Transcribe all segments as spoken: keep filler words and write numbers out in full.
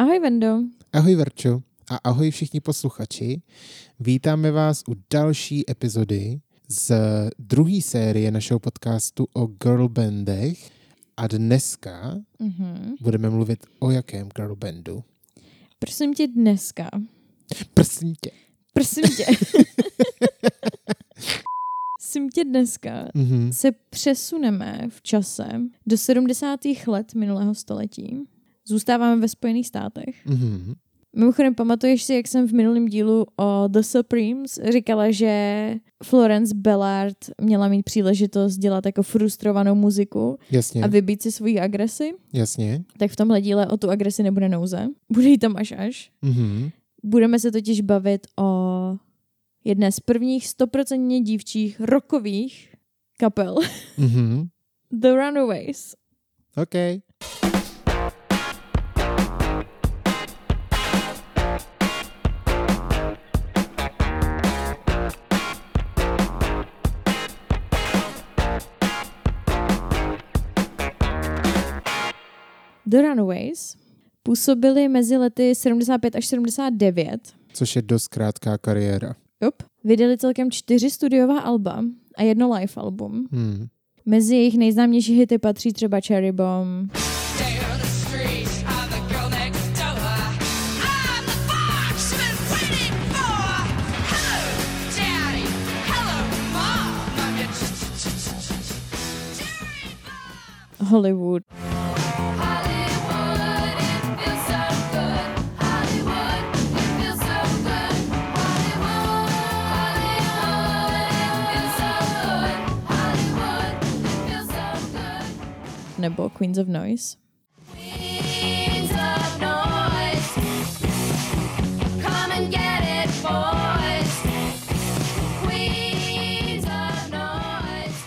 Ahoj Vendo. Ahoj Verčo a ahoj všichni posluchači. Vítáme vás u další epizody z druhé série našeho podcastu o girlbandech a dneska mm-hmm. budeme mluvit o jakém girlbandu? Prosím tě dneska. Prosím tě. Prosím tě. Prosím tě dneska mm-hmm. se přesuneme v čase do sedmdesátých let minulého století. Zůstáváme ve Spojených státech. Mm-hmm. Mimochodem, pamatuješ si, jak jsem v minulém dílu o The Supremes říkala, že Florence Ballard měla mít příležitost dělat jako frustrovanou muziku. Jasně. A vybít si svoji agresi? Jasně. Tak v tomhle díle o tu agresi nebude nouze. Bude jí tam až až. Mm-hmm. Budeme se totiž bavit o jedné z prvních stoprocentně dívčích rockových kapel. Mm-hmm. The Runaways. OK. The Runaways působili mezi lety sedmdesát pět až sedmdesát devět. Což je dost krátká kariéra. Jup. Vydali celkem čtyři studiová alba a jedno live album. Hmm. Mezi jejich nejznámější hity patří třeba Cherry Bomb, Hollywood. Nebo Queens of Noise. Queens of Noise. Come and get it, boys. Queens of Noise.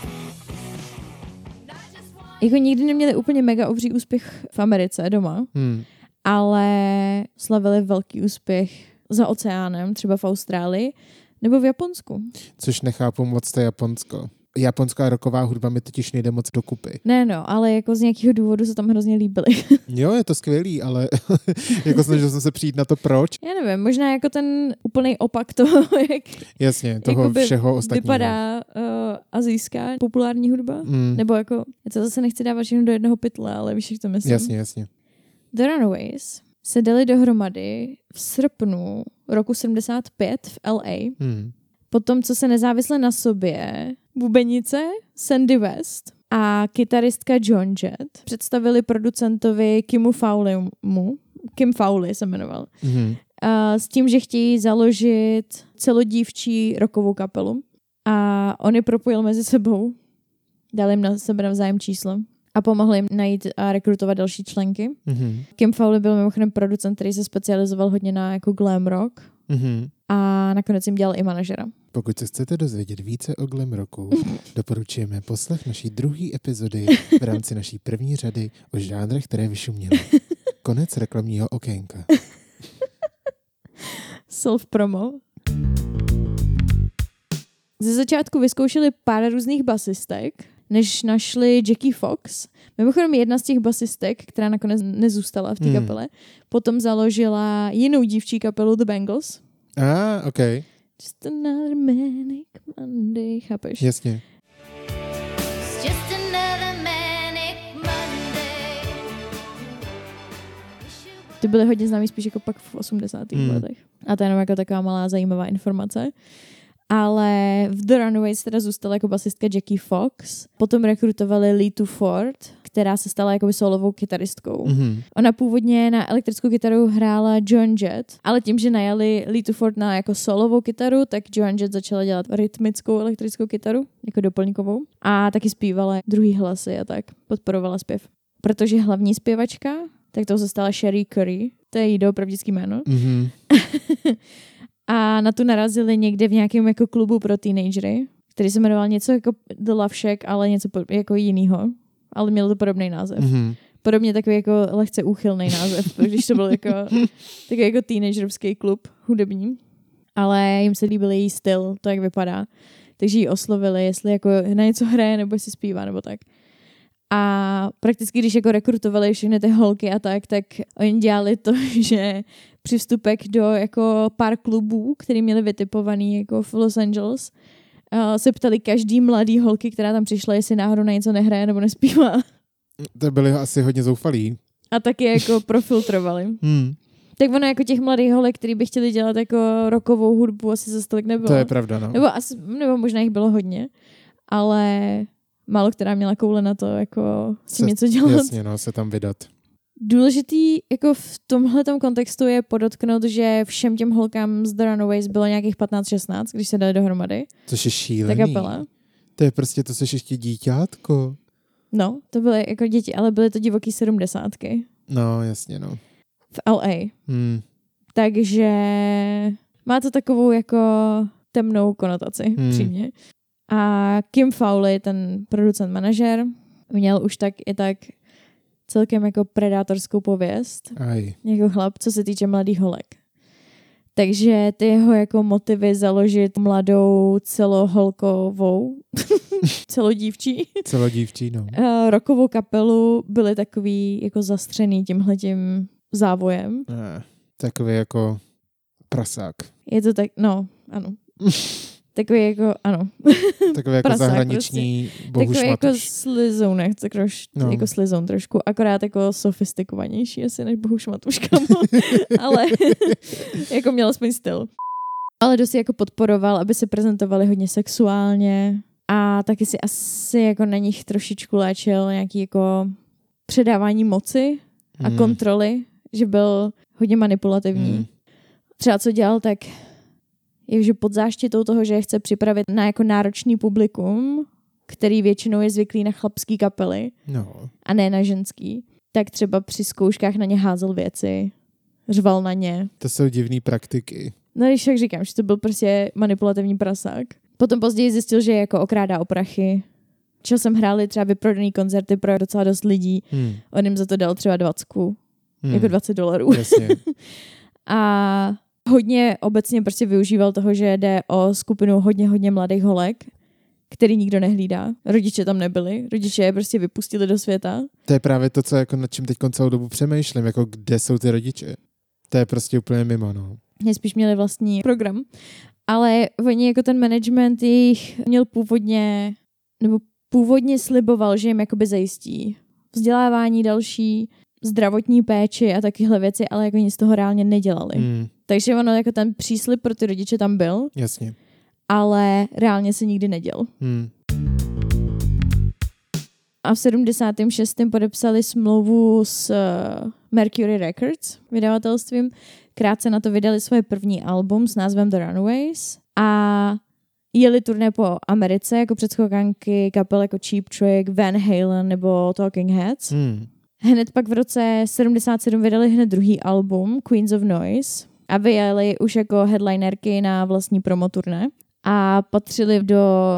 Jako nikdy neměli úplně mega obří úspěch v Americe doma, hmm. ale slavili velký úspěch za oceánem, třeba v Austrálii, nebo v Japonsku. Což nechápu moc to Japonsko. Japonská rocková hudba mi totiž nejde moc dokupy. Ne no, ale jako z nějakého důvodu se tam hrozně líbily. Jo, je to skvělý, ale jako snažil jsem se přijít na to proč. Já nevím, možná jako ten úplný opak toho, jak jasně, toho všeho ostatního. Vypadá uh, asijská populární hudba. Mm. Nebo jako, já to zase nechci dávat všechno do jednoho pytle, ale víš, jak to myslím. Jasně, jasně. The Runaways se dali dohromady v srpnu roku sedmdesát pět v L A. Mm. Potom, co se nezávisle na sobě bubenice Sandy West a kytaristka Joan Jett představili producentovi Kimu Fowleymu, Kim Fowley se jmenoval, mm-hmm. a s tím, že chtějí založit celodívčí rockovou kapelu. A on je propojil mezi sebou, dal jim na sebe navzájem číslo a pomohl jim najít a rekrutovat další členky. Mm-hmm. Kim Fowley byl mimochodem producent, který se specializoval hodně na jako glam rock. Mm-hmm. A nakonec jim dělal i manažera. Pokud se chcete dozvědět více o glam rocku, doporučujeme poslech naší druhé epizody v rámci naší první řady o žánrech, které vyšuměly. Konec reklamního okénka. Self-promo. Ze začátku vyzkoušeli pár různých basistek, než našli Jackie Fox. Mimochodem jedna z těch basistek, která nakonec nezůstala v té hmm. kapele, potom založila jinou dívčí kapelu The Bangles. Ah, ok. Just another manic Monday, chápeš? Jasně. Just another manic Monday. Ty byly hodně známý spíš jako pak v osmdesátých Hmm. letech. A to je jenom jako taková malá zajímavá informace. Ale v The Runaways teda zůstala jako basistka Jackie Fox. Potom rekrutovali Leetu Ford, která se stala jakoby solovou kytaristkou. Mm-hmm. Ona původně na elektrickou kytaru hrála Joan Jett, ale tím, že najali Leetu Ford na jako solovou kytaru, tak Joan Jett začala dělat rytmickou elektrickou kytaru, jako doplňkovou. A taky zpívala druhý hlasy a tak podporovala zpěv. Protože hlavní zpěvačka, tak to se stala Sherry Curry, to je jí doopravdický jméno. Mm-hmm. A na tu narazili někde v nějakém jako klubu pro teenagery, který se jmenoval něco jako The Love Shack, ale něco jako jinýho. Ale měl to podobný název. Mm-hmm. Podobně takový jako lehce úchylný název, když to byl jako takový jako teenagerovský klub hudební. Ale jim se líbil její styl, to jak vypadá. Takže ji oslovili, jestli jako na něco hraje, nebo jestli zpívá, nebo tak. A prakticky, když jako rekrutovali všechny ty holky a tak, tak oni dělali to, že při vstupech do jako pár klubů, který měli vytipovaný jako v Los Angeles, uh, se ptali každý mladý holky, která tam přišla, jestli náhodou na něco nehraje nebo nespívá. To byli asi hodně zoufalí. A taky jako profiltrovali. Hmm. Tak ono jako těch mladých holek, který by chtěli dělat jako rockovou hudbu, asi zase tolik nebylo. To je pravda, no. Nebo, asi, nebo možná jich bylo hodně, ale málo která měla koule na to, jako s tím se, něco dělat. Jasně, no, se tam vydat. Důležitý jako v tomhletom kontextu je podotknout, že všem těm holkám z The Runaways bylo nějakých patnáct šestnáct, když se dali dohromady. Což je šílený. Ta kapela. To je prostě, to seš ještě díťátko. No, to byly jako děti, ale byly to divoký sedmdesátky. No, jasně, no. V L A. Hmm. Takže má to takovou jako temnou konotaci, hmm. přímě. A Kim Fowley, ten producent manažer, měl už tak i tak celkem jako predátorskou pověst. Aj. Jako chlap, co se týče mladých holek. Takže ty jeho jako motivy založit mladou celoholkovou, celodívčí, celodívčí, no. Uh, rockovou kapelu byly takový jako zastřený tímhletím závojem. Ne, takový jako prasák. Je to tak, no, ano. Takový jako, ano. Takový jako prasák, zahraniční prostě. bohušmatuš. Takový jako slizounek, troš, no. jako slizoun trošku, akorát jako sofistikovanější asi než bohušmatuška, ale jako měl aspoň styl. Ale dost jako podporoval, aby se prezentovali hodně sexuálně a taky si asi jako na nich trošičku léčil nějaký jako předávání moci a hmm. kontroly, že byl hodně manipulativní. Hmm. Třeba co dělal, tak je, že pod záštitou toho, že je chce připravit na jako náročný publikum, který většinou je zvyklý na chlapský kapely no. a ne na ženský, tak třeba při zkouškách na ně házel věci, řval na ně. To jsou divný praktiky. No když tak říkám, že to byl prostě manipulativní prasák. Potom později zjistil, že jako okrádá o prachy. Časem hráli třeba vyprodaný koncerty pro docela dost lidí. Hmm. On jim za to dal třeba dvacku. Hmm. Jako dvacet dolarů. Jasně. A hodně obecně prostě využíval toho, že jde o skupinu hodně, hodně mladých holek, který nikdo nehlídá. Rodiče tam nebyli. Rodiče je prostě vypustili do světa. To je právě to, co jako nad čím teď celou dobu přemýšlím. Jako kde jsou ty rodiče? To je prostě úplně mimo, no. Nejspíš měli vlastní program. Ale oni jako ten management jich měl původně, nebo původně sliboval, že jim jakoby zajistí vzdělávání další, zdravotní péči a takovéhle věci, ale jako nic z toho reálně nedělali. Hmm. Takže ono jako ten příslib pro ty rodiče tam byl. Jasně. Ale reálně se nikdy neděl. Hmm. A v sedmdesátém šestém podepsali smlouvu s uh, Mercury Records, vydavatelstvím. Krátce na to vydali svoje první album s názvem The Runaways a jeli turné po Americe jako předskokánky kapel jako Cheap Trick, Van Halen nebo Talking Heads. Hmm. Hned pak v roce sedmdesát sedm vydali hned druhý album Queens of Noise a vyjeli už jako headlinerky na vlastní promoturné a patřili do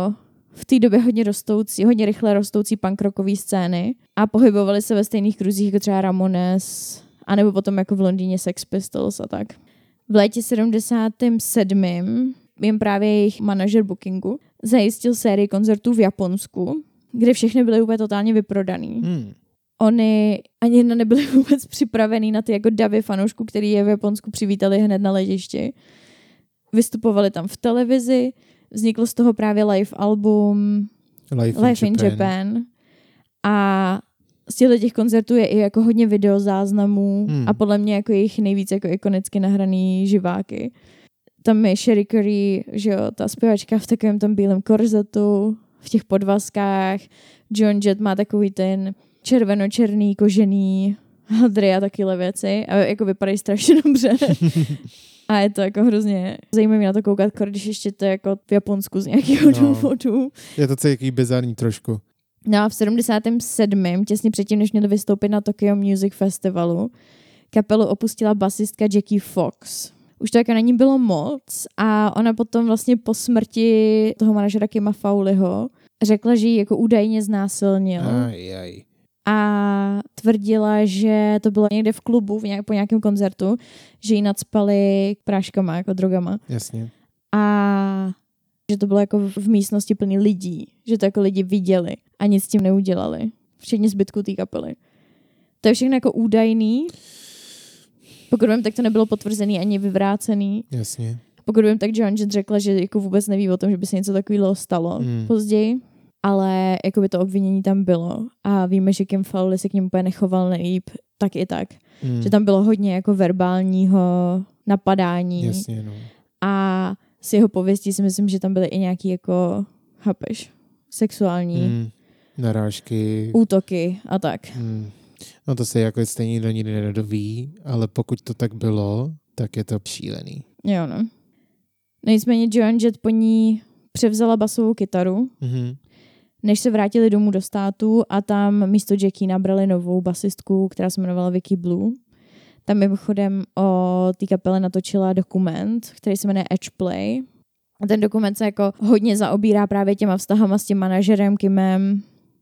v té době hodně rostoucí, hodně rychle rostoucí punk rockové scény a pohybovali se ve stejných kruzích jako třeba Ramones anebo potom jako v Londýně Sex Pistols a tak. V létě sedmdesátém sedmém jim právě jejich manažer bookingu zajistil sérii koncertů v Japonsku, kde všechny byly úplně totálně vyprodaný. Hmm. Oni ani jedna nebyli vůbec připravený na ty jako davy fanoušků, který je v Japonsku přivítali hned na letišti. Vystupovali tam v televizi, vzniklo z toho právě live album Live, Live in, in Japan. Japan. A z těchto těch koncertů je i jako hodně videozáznamů hmm. a podle mě jako jejich nejvíc jako ikonicky nahraný živáky. Tam je Sherry Curry, že jo, ta zpěvačka v takovém tom bílém korzetu, v těch podvazkách. John Jett má takový ten červeno-černý kožený hadry a takyhle věci a jako vypadají strašně dobře. A je to jako hrozně zajímavé na to koukat, když ještě to je jako v Japonsku z nějakého no, důvodu. Je to celý bizarní trošku. No a v sedmdesátém sedmém těsně předtím, než měli vystoupit na Tokyo Music Festivalu, kapelu opustila basistka Jackie Fox. Už to jako na ní bylo moc a ona potom vlastně po smrti toho manažera Kima Fowleyho řekla, že ji jako údajně znásilnil. Aj, aj. A tvrdila, že to bylo někde v klubu v nějak, po nějakém koncertu, že ji nacpali práškama, jako drogama. Jasně. A že to bylo jako v místnosti plný lidí, že to jako lidi viděli a nic s tím neudělali. včetně zbytku té kapely. To je všechno jako údajný. Pokud vím, tak to nebylo potvrzený ani vyvrácený. Jasně. Pokud vím, tak Joan Jett řekla, že jako vůbec neví o tom, že by se něco takového stalo mm. později. Ale jako by to obvinění tam bylo. A víme, že Kim Fowley se k němu úplně nechoval nejlíp, tak i tak. Mm. Že tam bylo hodně jako verbálního napadání. Jasně, no. A z jeho pověstí si myslím, že tam byly i nějaký jako, chápeš, sexuální mm. narážky, útoky a tak. Mm. No to se jako stejně do nikdy nedoví, ale pokud to tak bylo, tak je to šílený. Jo, no. Nicméně Joan Jett po ní převzala basovou kytaru, mm-hmm. než se vrátili domů do státu a tam místo Jackie nabrali novou basistku, která se jmenovala Vicky Blue. Tam mimochodem o té kapele natočila dokument, který se jmenuje Edge Play. A ten dokument se jako hodně zaobírá právě těma vztahama s tím manažerem Kimem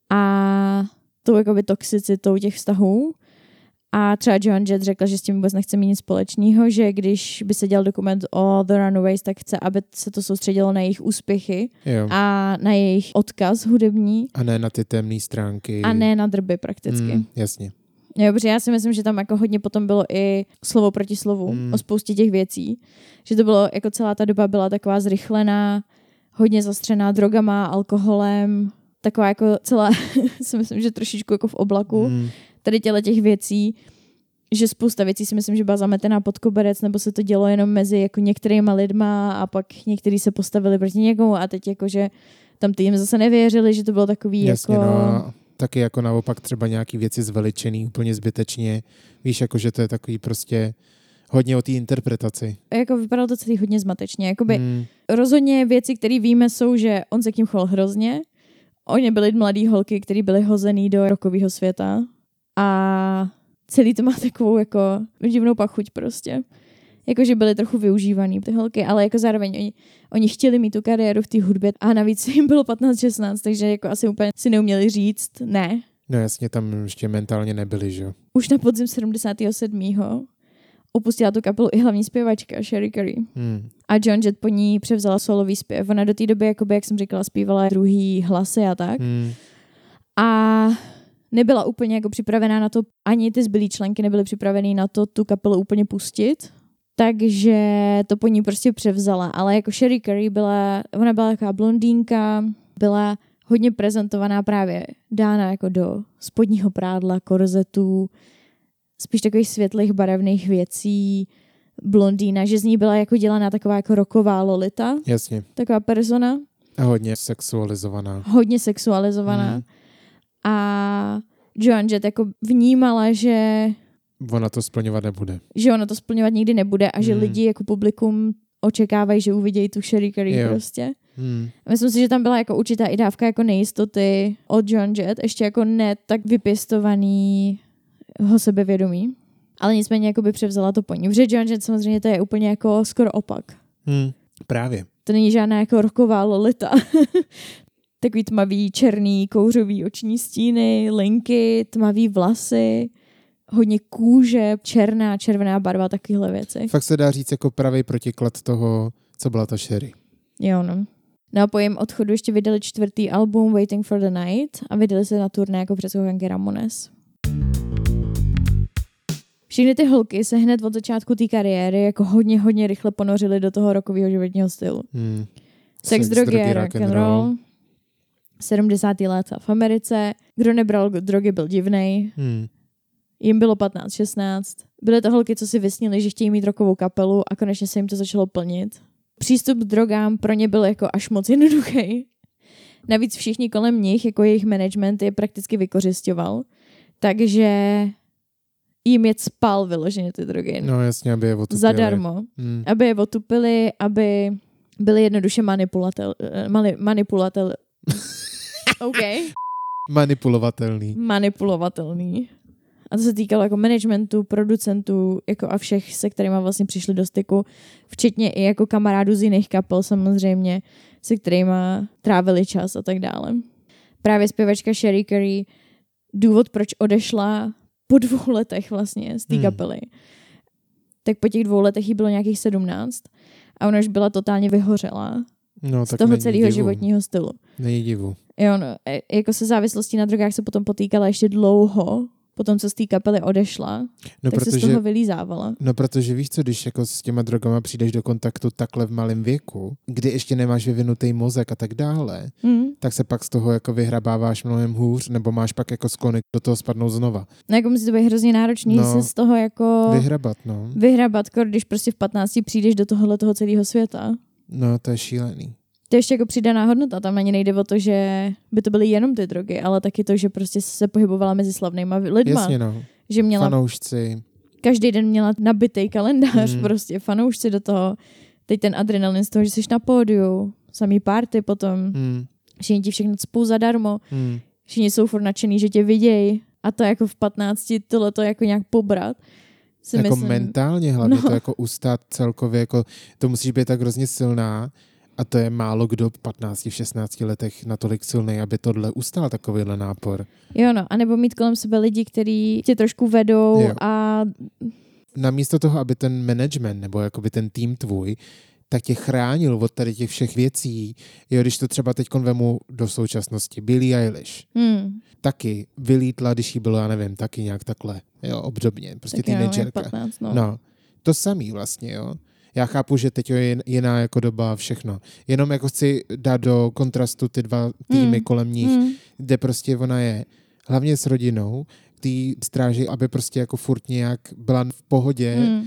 a tou jakoby toxicitou těch vztahů. A třeba Joan Jett řekla, že s tím vůbec nechce mít nic společného, že když by se dělal dokument o The Runaways, tak chce, aby se to soustředilo na jejich úspěchy jo. a na jejich odkaz hudební. A ne na ty temné stránky. A ne na drby prakticky. Mm, jasně. Jo, protože já si myslím, že tam jako hodně potom bylo i slovo proti slovu mm. o spoustě těch věcí. Že to bylo, jako celá ta doba byla taková zrychlená, hodně zastřená drogama, alkoholem, taková jako celá, si myslím, že trošičku jako v oblaku. Mm. Tady těle těch věcí, že spousta věcí si myslím, že byla zametená pod koberec, nebo se to dělo jenom mezi jako některýma lidma a pak některý se postavili proti někomu a teď jako, že tam ty jim zase nevěřili, že to bylo takový jasně, jako... No, taky jako naopak třeba nějaký věci zveličený úplně zbytečně. Víš, jako, že to je takový prostě hodně o té interpretaci. Jako vypadalo to celý hodně zmatečně. Jakoby hmm. rozhodně věci, které víme, jsou, že on se k ním choval hrozně. Oni byli mladý holky, které byly hozený do rockového světa. A celý to má takovou jako divnou pachuť prostě. Jakože byly trochu využívaný ty holky, ale jako zároveň oni, oni chtěli mít tu kariéru v té hudbě a navíc jim bylo patnáct šestnáct, takže jako asi úplně si neuměli říct ne. No jasně, tam ještě mentálně nebyli, že jo. Už na podzim sedmdesátého sedmého opustila tu kapelu i hlavní zpěvačka Sherry Curry. Hmm. A Joan Jett po ní převzala solový zpěv. Ona do té doby, jakoby, jak jsem říkala, zpívala druhý hlasy a tak. Hmm. A nebyla úplně jako připravená na to, ani ty zbylý členky nebyly připravený na to tu kapelu úplně pustit. Takže to po ní prostě převzala. Ale jako Sherry Curry byla, ona byla taková blondýnka, byla hodně prezentovaná právě dána jako do spodního prádla, korzetů, spíš takových světlých barevných věcí, blondýna, že z ní byla jako dělaná taková jako rocková Lolita. Jasně. Taková persona. A hodně sexualizovaná. Hodně sexualizovaná. Hmm. A Joan Jett jako vnímala, že ona to splňovat nebude. Že ona to splňovat nikdy nebude a hmm. že lidi jako publikum očekávají, že uvidějí tu Sherry Curry jo. prostě. Hmm. Myslím si, že tam byla jako určitá i dávka jako nejistoty od Joan Jett, ještě jako ne tak vypěstovaný ho sebevědomí. Ale nicméně jako by převzala to po ní. Protože Joan Jett samozřejmě to je úplně jako skoro opak. Hmm. Právě. To není žádná jako rocková Lolita. Takový tmavý, černý, kouřový oční stíny, linky, tmavý vlasy, hodně kůže, černá, červená barva, takovéhle věci. Fakt se dá říct jako pravý protiklad toho, co byla ta Sherry. Jo, no. No a po jejím odchodu ještě vydali čtvrtý album Waiting for the Night a vydali se na turné jako předsouchanky Ramones. Všechny ty holky se hned od začátku té kariéry jako hodně, hodně rychle ponořily do toho rockového životního stylu. Hmm. Sex, Sex, drogy a rock and roll. sedmdesátá léta v Americe. Kdo nebral drogy, byl divnej. Hmm. Jim bylo patnáct šestnáct. Byly to holky, co si vysnili, že chtějí mít rockovou kapelu a konečně se jim to začalo plnit. Přístup k drogám pro ně byl jako až moc jednoduchý. Navíc všichni kolem nich, jako jejich management, je prakticky vykořisťoval. Takže jim je spal vyloženě ty drogy. No jasně, aby je otupili. Zadarmo. Hmm. Aby je otupili, aby byli jednoduše manipulatel... Mani, manipulatel... OK. Manipulovatelný. Manipulovatelný. A to se týkalo jako managementu, producentů jako a všech, se kterými vlastně přišli do styku, včetně i jako kamarádů z jiných kapel samozřejmě, se kterými trávili čas a tak dále. Právě zpěvačka Sherry Curry, důvod, proč odešla po dvou letech vlastně z té hmm. kapely, tak po těch dvou letech jí bylo nějakých sedmnáct a ona už byla totálně vyhořela No, z tak toho není celého divu. životního stylu. Není divu. Jo, no, e- jako se závislostí na drogách se potom potýkala ještě dlouho, potom co z té kapely odešla, No, tak protože, se z toho vylízávala. no, protože víš co, když jako s těma drogama přijdeš do kontaktu takhle v malém věku, kdy ještě nemáš vyvinutý mozek a tak dále, Mm. tak se pak z toho jako vyhrabáváš mnohem hůř, nebo máš pak jako sklony do toho spadnout znova. No jako musí to být hrozně náročný No, se z toho jako Vyhrabat, no. vyhrabat, když prostě v patnácti přijdeš do tohohle toho celého světa. No, to je šílený. To je ještě jako přidaná hodnota, tam ani nejde o to, že by to byly jenom ty drogy, ale taky to, že prostě se pohybovala mezi slavnýma lidma. Jasně, no. Že měla, Fanoušci. každý den měla nabitej kalendář, Mm. prostě fanoušci do toho. Teď ten adrenalin z toho, že jsi na pódiu, samý party potom, Hmm. všichni ti všechno cpou zadarmo, Hmm. všichni jsou furt nadšený, že tě vidějí a to jako v patnácti tohleto jako nějak pobrat. Si Jako myslím, mentálně hlavně No. to jako ustát celkově, jako to musíš být tak hrozně silná a to je málo kdo v patnácti, v šestnácti letech natolik silný, aby tohle ustál takovýhle nápor. Jo no, anebo mít kolem sebe lidi, kteří tě trošku vedou Jo. a Namísto toho, aby ten management nebo jakoby ten tým tvůj tak tě chránil od tady těch všech věcí. Jo, když to třeba teď vemu do současnosti. Billie Eilish. hmm, Taky vylítla, když jí bylo, já nevím, taky nějak takhle. Jo, obdobně. Prostě tak jenom jak teenagerka. patnáct, no. No, to samý vlastně, jo. Já chápu, že teď je jiná jako doba všechno. Jenom jako chci dát do kontrastu ty dva týmy Mm. kolem nich, Hmm. kde prostě ona je hlavně s rodinou, tý stráži, aby prostě jako furt nějak byla v pohodě Hmm.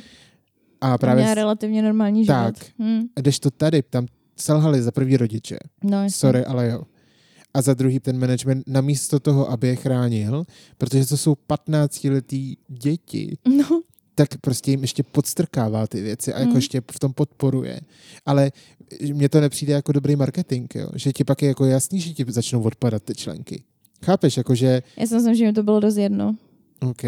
a Právě právě měla relativně normální tak. život. Hmm. když to tady, tam selhali za první rodiče. No, jasně. Sorry, ale jo. A za druhý ten management namísto toho, aby je chránil, protože to jsou patnáctiletí děti, No, tak prostě jim ještě podstrkává ty věci a jako Mm. ještě v tom podporuje. Ale mně to nepřijde jako dobrý marketing, jo? Že ti pak je jako jasný, že ti začnou odpadat ty členky. Chápeš, jakože já si myslím, že mi to bylo dost jedno. OK.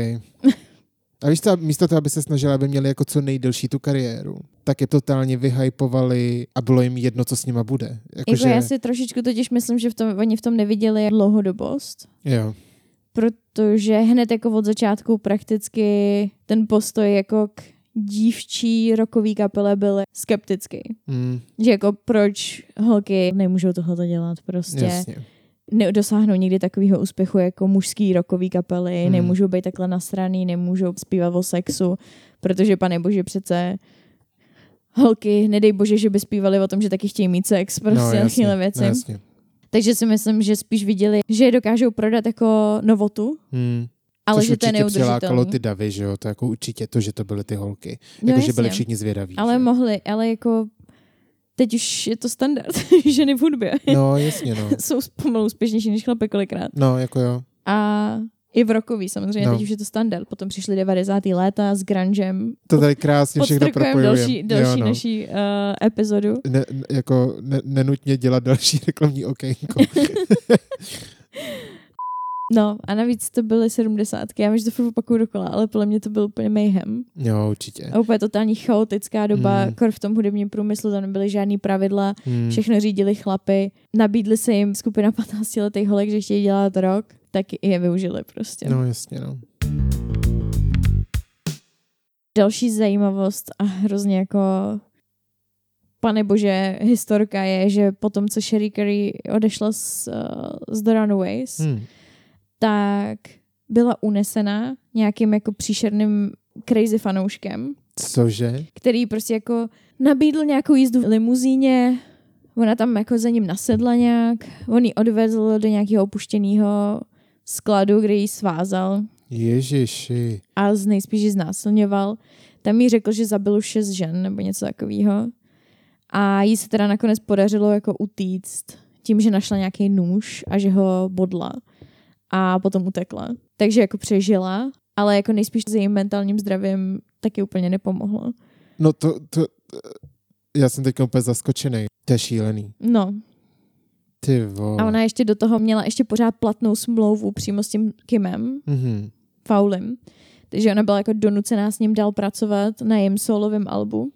A víš co, místo toho, aby se snažila, aby měli jako co nejdelší tu kariéru, tak je totálně vyhypovali a bylo jim jedno, co s nima bude. Jako, Jako že, já si trošičku totiž myslím, že v tom, oni v tom neviděli dlouhodobost, jo. protože hned jako od začátku prakticky ten postoj jako k dívčí rokový kapele byl skeptický. Mm, Že jako proč holky nemůžou tohle dělat prostě. jasně. Nedosáhnou nikdy takového úspěchu jako mužský rockový kapely, Hmm. nemůžou být takhle nasraný, nemůžou zpívat o sexu, protože pane bože přece holky, nedej bože, že by zpívali o tom, že taky chtějí mít sex, prostě no, no, jasně, takové věci. no, jasně. Takže si myslím, že spíš viděli, že je dokážou prodat jako novotu, Hmm. ale Což že to je určitě přilákalo neudržitelný. ty davy, že jo? To jako určitě to, že to byly ty holky. No, Jako, že byli jasně. všichni zvědaví. Ale že? mohli, ale jako teď už je to standard, ženy v hudbě. No, jasně, no. Jsou pomalu úspěšnější než chlapy kolikrát. No, jako jo. A i v rockový samozřejmě, No. teď už je to standard. Potom přišly devadesátá léta s grungem. To tady krásně všechno Podstrkujeme propojujeme. další, další jo, no. naší uh, epizodu. Ne, ne- jako ne, nenutně dělat další reklamní okénko. No a navíc to byly sedmdesátky. Já vím, že to furt opakuju dokola, ale podle mě to byl úplně mayhem. Jo, určitě. A úplně totální chaotická doba, Mm. kor v tom hudebním průmyslu, tam nebyly žádný pravidla, Hmm. všechno řídili chlapy, nabídli se jim skupina patnáctiletých holek, že chtějí dělat rock, tak je využili prostě. No, jasně, no. Další zajímavost a hrozně jako pane bože, historka je, že potom, co Sherry Carey odešla z, uh, z The Runaways, Hmm. tak byla unesena nějakým jako příšerným crazy fanouškem, Cože? který prostě jako nabídl nějakou jízdu v limuzíně, ona tam jako za ním nasedla nějak, on ji odvezl do nějakého opuštěného skladu, kde ji svázal Ježiši. a z nejspíš ji znásilňoval. Tam jí řekl, že zabil už šest žen nebo něco takového. A jí se teda nakonec podařilo jako utíct tím, že našla nějaký nůž a že ho bodla a potom utekla. Takže jako přežila, ale jako nejspíš s jejím mentálním zdravím taky úplně nepomohlo. No to, to, já jsem teď úplně zaskočený. To je šílený. No. Ty vole. A ona ještě do toho měla ještě pořád platnou smlouvu přímo s tím Kimem, Mhm. Fowlem. Takže ona byla jako donucená s ním dál pracovat na jejím solovém albu.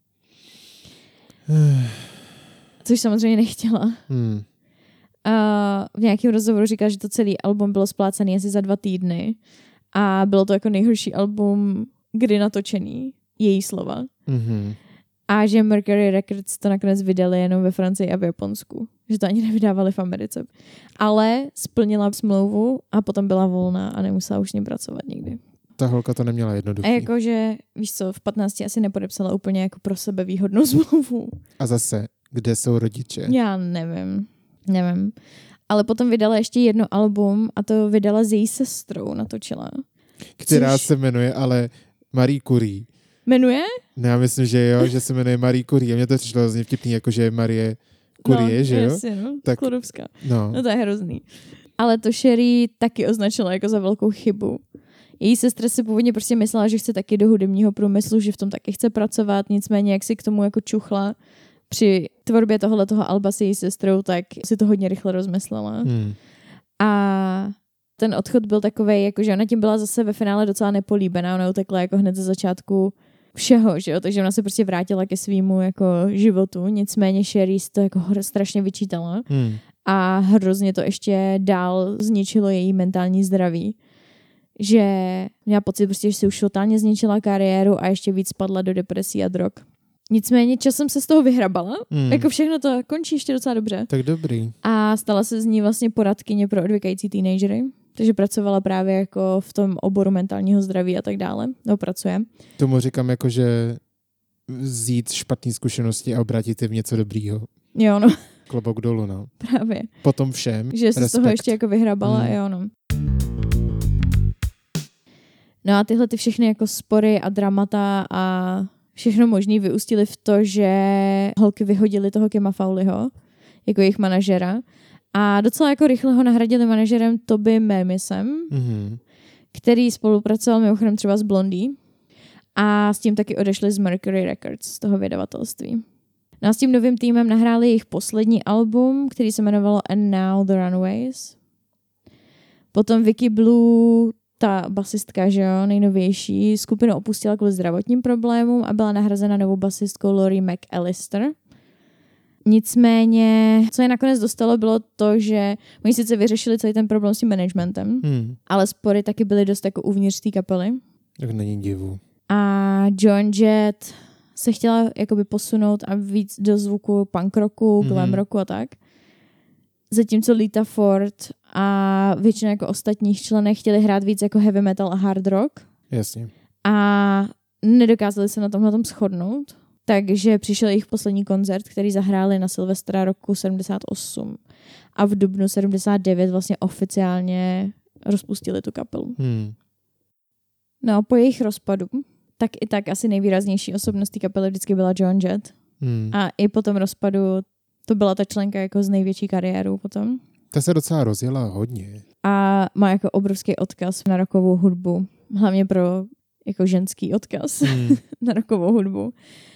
Což samozřejmě nechtěla. Hmm. A v nějakém rozhovoru říkala, že to celý album bylo splácený asi za dva týdny a bylo to jako nejhorší album kdy natočený, její slova. Mhm. a že Mercury Records to nakonec vydali jenom ve Francii a v Japonsku. Že to ani nevydávali v Americe. Ale splnila smlouvu a potom byla volná a nemusela už s ním pracovat nikdy. Ta holka to neměla jednoduchý. A jakože, víš co, v patnácti asi nepodepsala úplně jako pro sebe výhodnou smlouvu. A zase, kde jsou rodiče? Já nevím. Nevím. Ale potom vydala ještě jedno album a to vydala s její sestrou, natočila. Která Což... se jmenuje ale Marie Curie. Jmenuje? No já myslím, že jo, že se jmenuje Marie Curie. A mně to přišlo hrozně vtipný, jakože je Marie Curie, no, že jo? Jasně, no, tak Klodovská. No. no to je hrozný. Ale to Sherry taky označila jako za velkou chybu. Její sestra si původně prostě myslela, že chce taky do hudebního průmyslu, že v tom taky chce pracovat, nicméně jak si k tomu jako čuchla při tvorbě tohoto alba s její sestrou, tak si to hodně rychle rozmyslela. Hmm. A ten odchod byl takovej, jako že ona tím byla zase ve finále docela nepolíbená, ona utekla jako hned ze začátku všeho, že jo, takže ona se prostě vrátila ke svýmu jako životu, nicméně Sherry to jako strašně vyčítala Hmm. a hrozně to ještě dál zničilo její mentální zdraví. Že měla pocit, prostě, že si už totálně zničila kariéru a ještě víc spadla do depresí a drog. Nicméně časem se z toho vyhrabala. Mm. Jako všechno to končí ještě docela dobře. Tak dobrý. A stala se z ní vlastně poradkyně pro odvykající teenagery. Takže pracovala právě jako v tom oboru mentálního zdraví a tak dále. No, pracuje. Tomu říkám jako, že vzít špatné zkušenosti a obrátit je v něco dobrýho. Jo, no. Klobouk dolů, no. Právě. Potom všem. Že se z toho ještě jako vyhrabala, mm. jo, no. No a tyhle ty všechny jako spory a dramata a všechno možný vyústily v to, že holky vyhodili toho Kima Fowleyho jako jejich manažera a docela jako rychle ho nahradili manažerem Toby Memisem, mm-hmm. který spolupracoval mimochodem třeba s Blondie a s tím taky odešli z Mercury Records, z toho vydavatelství. No a s tím novým týmem nahráli jejich poslední album, který se jmenovalo And Now the Runaways. Potom Vicky Blue, ta basistka, že jo, nejnovější, skupinu opustila kvůli zdravotním problémům a byla nahrazena novou basistkou Lori McAllister. Nicméně, co je nakonec dostalo, bylo to, že oni sice vyřešili celý ten problém s tím managementem, hmm. ale spory taky byly dost jako uvnitř té kapely. Tak není divu. A Joan Jett se chtěla jakoby posunout a víc do zvuku punk rocku, mm-hmm. glam rocku a tak. Zatímco Lita Ford a většina jako ostatních členů chtěli hrát víc jako heavy metal a hard rock. Jasně. A nedokázali se na tomhle tom shodnout. Takže přišel jejich poslední koncert, který zahráli na Silvestra roku sedmdesát osm. A v dubnu sedmdesát devět vlastně oficiálně rozpustili tu kapelu. Hmm. No a po jejich rozpadu, tak i tak asi nejvýraznější osobnost té kapely vždycky byla Joan Jett. Hmm. A i po tom rozpadu to byla ta členka jako z největší kariérou potom. Ta se docela rozjela hodně. A má jako obrovský odkaz na rockovou hudbu. Hlavně pro jako ženský odkaz hmm. na rockovou hudbu.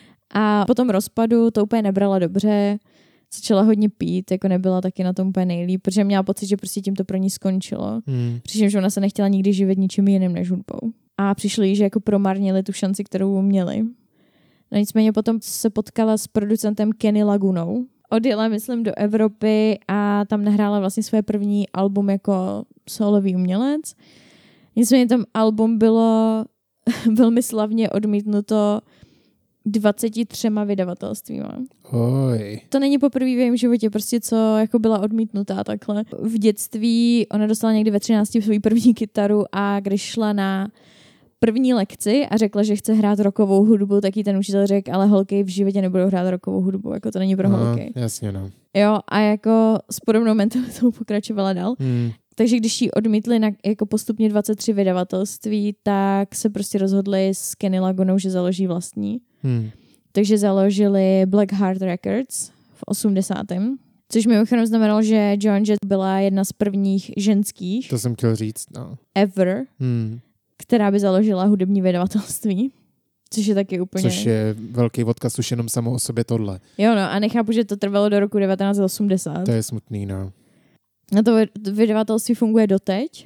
A po tom rozpadu to úplně nebrala dobře. Začala hodně pít, jako nebyla taky na tom úplně nejlíp, protože měla pocit, že prostě tím to pro ní skončilo. Hmm. Přičemž ona se nechtěla nikdy živit ničím jiným než hudbou. A přišlo jí, že jako promarnili tu šanci, kterou měli. No nicméně potom se potkala s producentem Kenny Lagunou. Odjela, myslím, do Evropy a tam nahrála vlastně své první album jako solový umělec. Nicméně tam album bylo velmi slavně odmítnuto dvaceti třema vydavatelstvíma. Oj. To není poprvé v jejím životě, prostě co jako byla odmítnutá takhle. V dětství ona dostala někdy ve třinácti svou první kytaru a když šla na první lekci a řekla, že chce hrát rockovou hudbu, tak jí ten učitel řekl, ale holky v životě nebudou hrát rockovou hudbu, jako to není pro no, holky. Jasně, no. Jo, a jako s podobnou mentalitou pokračovala dál. Hmm. Takže když ji odmítli na jako postupně dvacet tři vydavatelství, tak se prostě rozhodli s Kenny Lagunou, že založí vlastní. Hmm. Takže založili Black Heart Records v osmdesátém Což mimochodem znamenalo, že Joan Jett byla jedna z prvních ženských. To jsem chtěl říct, no. Ever. Hmm. Která by založila hudební vydavatelství. Což je taky úplně... Což je velký odkaz už jenom samo o sobě tohle. Jo, no a nechápu, že to trvalo do roku devatenáct osmdesát. To je smutný, no. A to vydavatelství funguje doteď.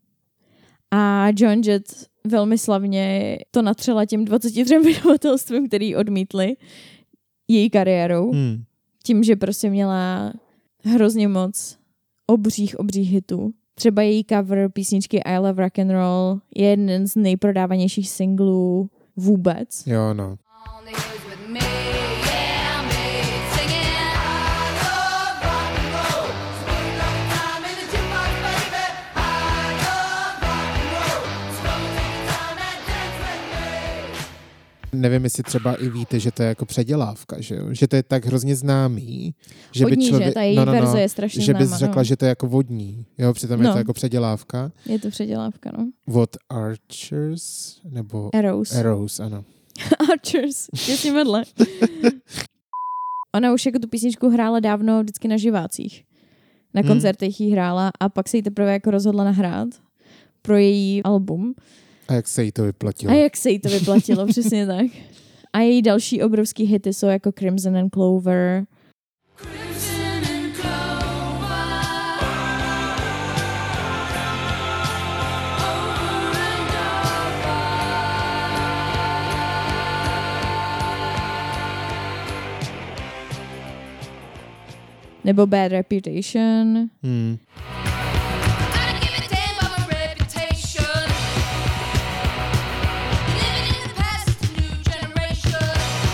A Joan Jett velmi slavně to natřela těm dvaceti třem vydavatelstvím, který odmítli její kariérou. Hmm. Tím, že prostě měla hrozně moc obřích, obřích hitů. Třeba její cover písničky I Love Rock and Roll je jeden z nejprodávanějších singlů vůbec. Jo, no. Nevím, jestli třeba i víte, že to je jako předělávka, že jo? Že to je tak hrozně známý, že Vodní, by člověk... že ta její no, no, no, verze je strašně že bys známá, řekla, no. že to je jako vodní, jo? Přitom no. je to jako předělávka. Je to předělávka, no. What Archers? Nebo... Arrows. Arrows, ano. Archers, těsně vedle. Ona už jako tu písničku hrála dávno vždycky na živácích. Na Hmm. koncertech jí hrála a pak se jí teprve jako rozhodla nahrát pro její album. A jak se jí to vyplatilo? A jak se jí to vyplatilo, přesně tak. A její další obrovský hity jsou jako Crimson and Clover. Crimson and Clover. Over and over. Nebo Bad Reputation. Hmm. I give a damn about my reputation. Living in the past, it's a new generation.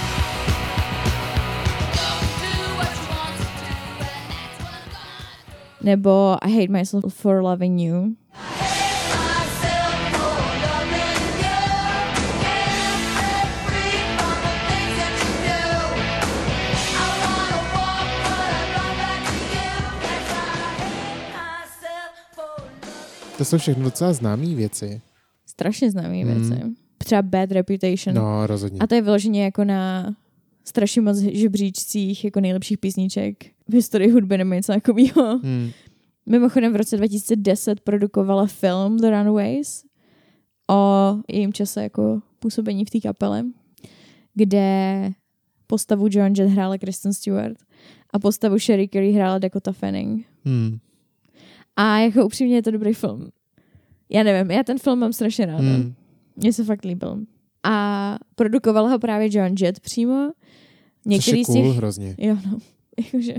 Go do what you want to do, and that's what I'm gonna do. Nebo I Hate Myself for Loving You. Myself for loving you. Can't break free from the things that you do. I wanna walk, but I run back to you. As I hate myself for loving. To jsou všechno docela známý věci. Strašně známý Hmm. věci. Třeba Bad Reputation. No, rozhodně. A to je vyloženě jako na strašně moc žebříčcích jako nejlepších písniček v historii hudby nebo něco takového. Hmm. Mimochodem v roce dva tisíce deset produkovala film The Runaways o jejím čase jako působení v té kapele, kde postavu Joan Jett hrála Kristen Stewart a postavu Sherry Carey hrála Dakota Fanning. Hmm. A jako upřímně je to dobrý film. Já nevím, já ten film mám strašně ráda. Hmm. Mně se fakt líbil. A produkovala ho právě Joan Jett přímo. Což je Některý z cool těch... hrozně. Jo, no. Jakože...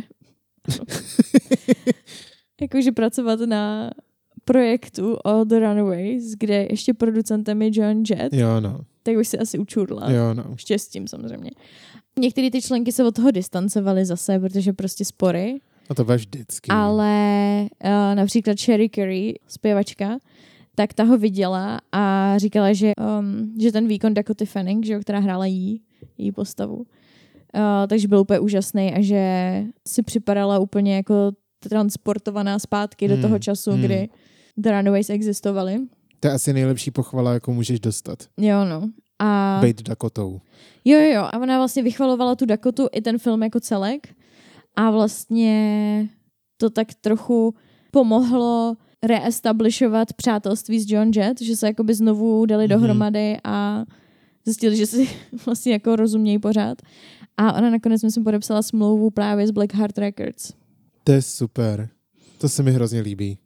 jakože pracovat na projektu o The Runaways, kde ještě producentem je Joan Jett, Jo, no. tak už si asi učurla. Jo, no. Štěstím samozřejmě. Některé ty členky se od toho distancovaly zase, protože prostě spory. A to bude vždycky. Ale uh, například Sherry Carey, zpěvačka, tak ta ho viděla a říkala, že, um, že ten výkon Dakota Fanning, že jo, která hrála jí, její postavu, uh, takže byl úplně úžasný a že si připadala úplně jako transportovaná zpátky Hmm, do toho času, hmm. kdy The Runaways existovaly. To je asi nejlepší pochvala, jakou můžeš dostat. Jo, no. A... Bejt Dakotou. Jo, jo, jo. A ona vlastně vychvalovala tu Dakotu i ten film jako celek. A vlastně to tak trochu pomohlo reestablishovat přátelství s Joan Jett, že se jakoby znovu dali Mhm. dohromady a zjistili, že si vlastně jako rozumějí pořád. A ona nakonec, myslím, podepsala smlouvu právě s Black Heart Records. To je super. To se mi hrozně líbí.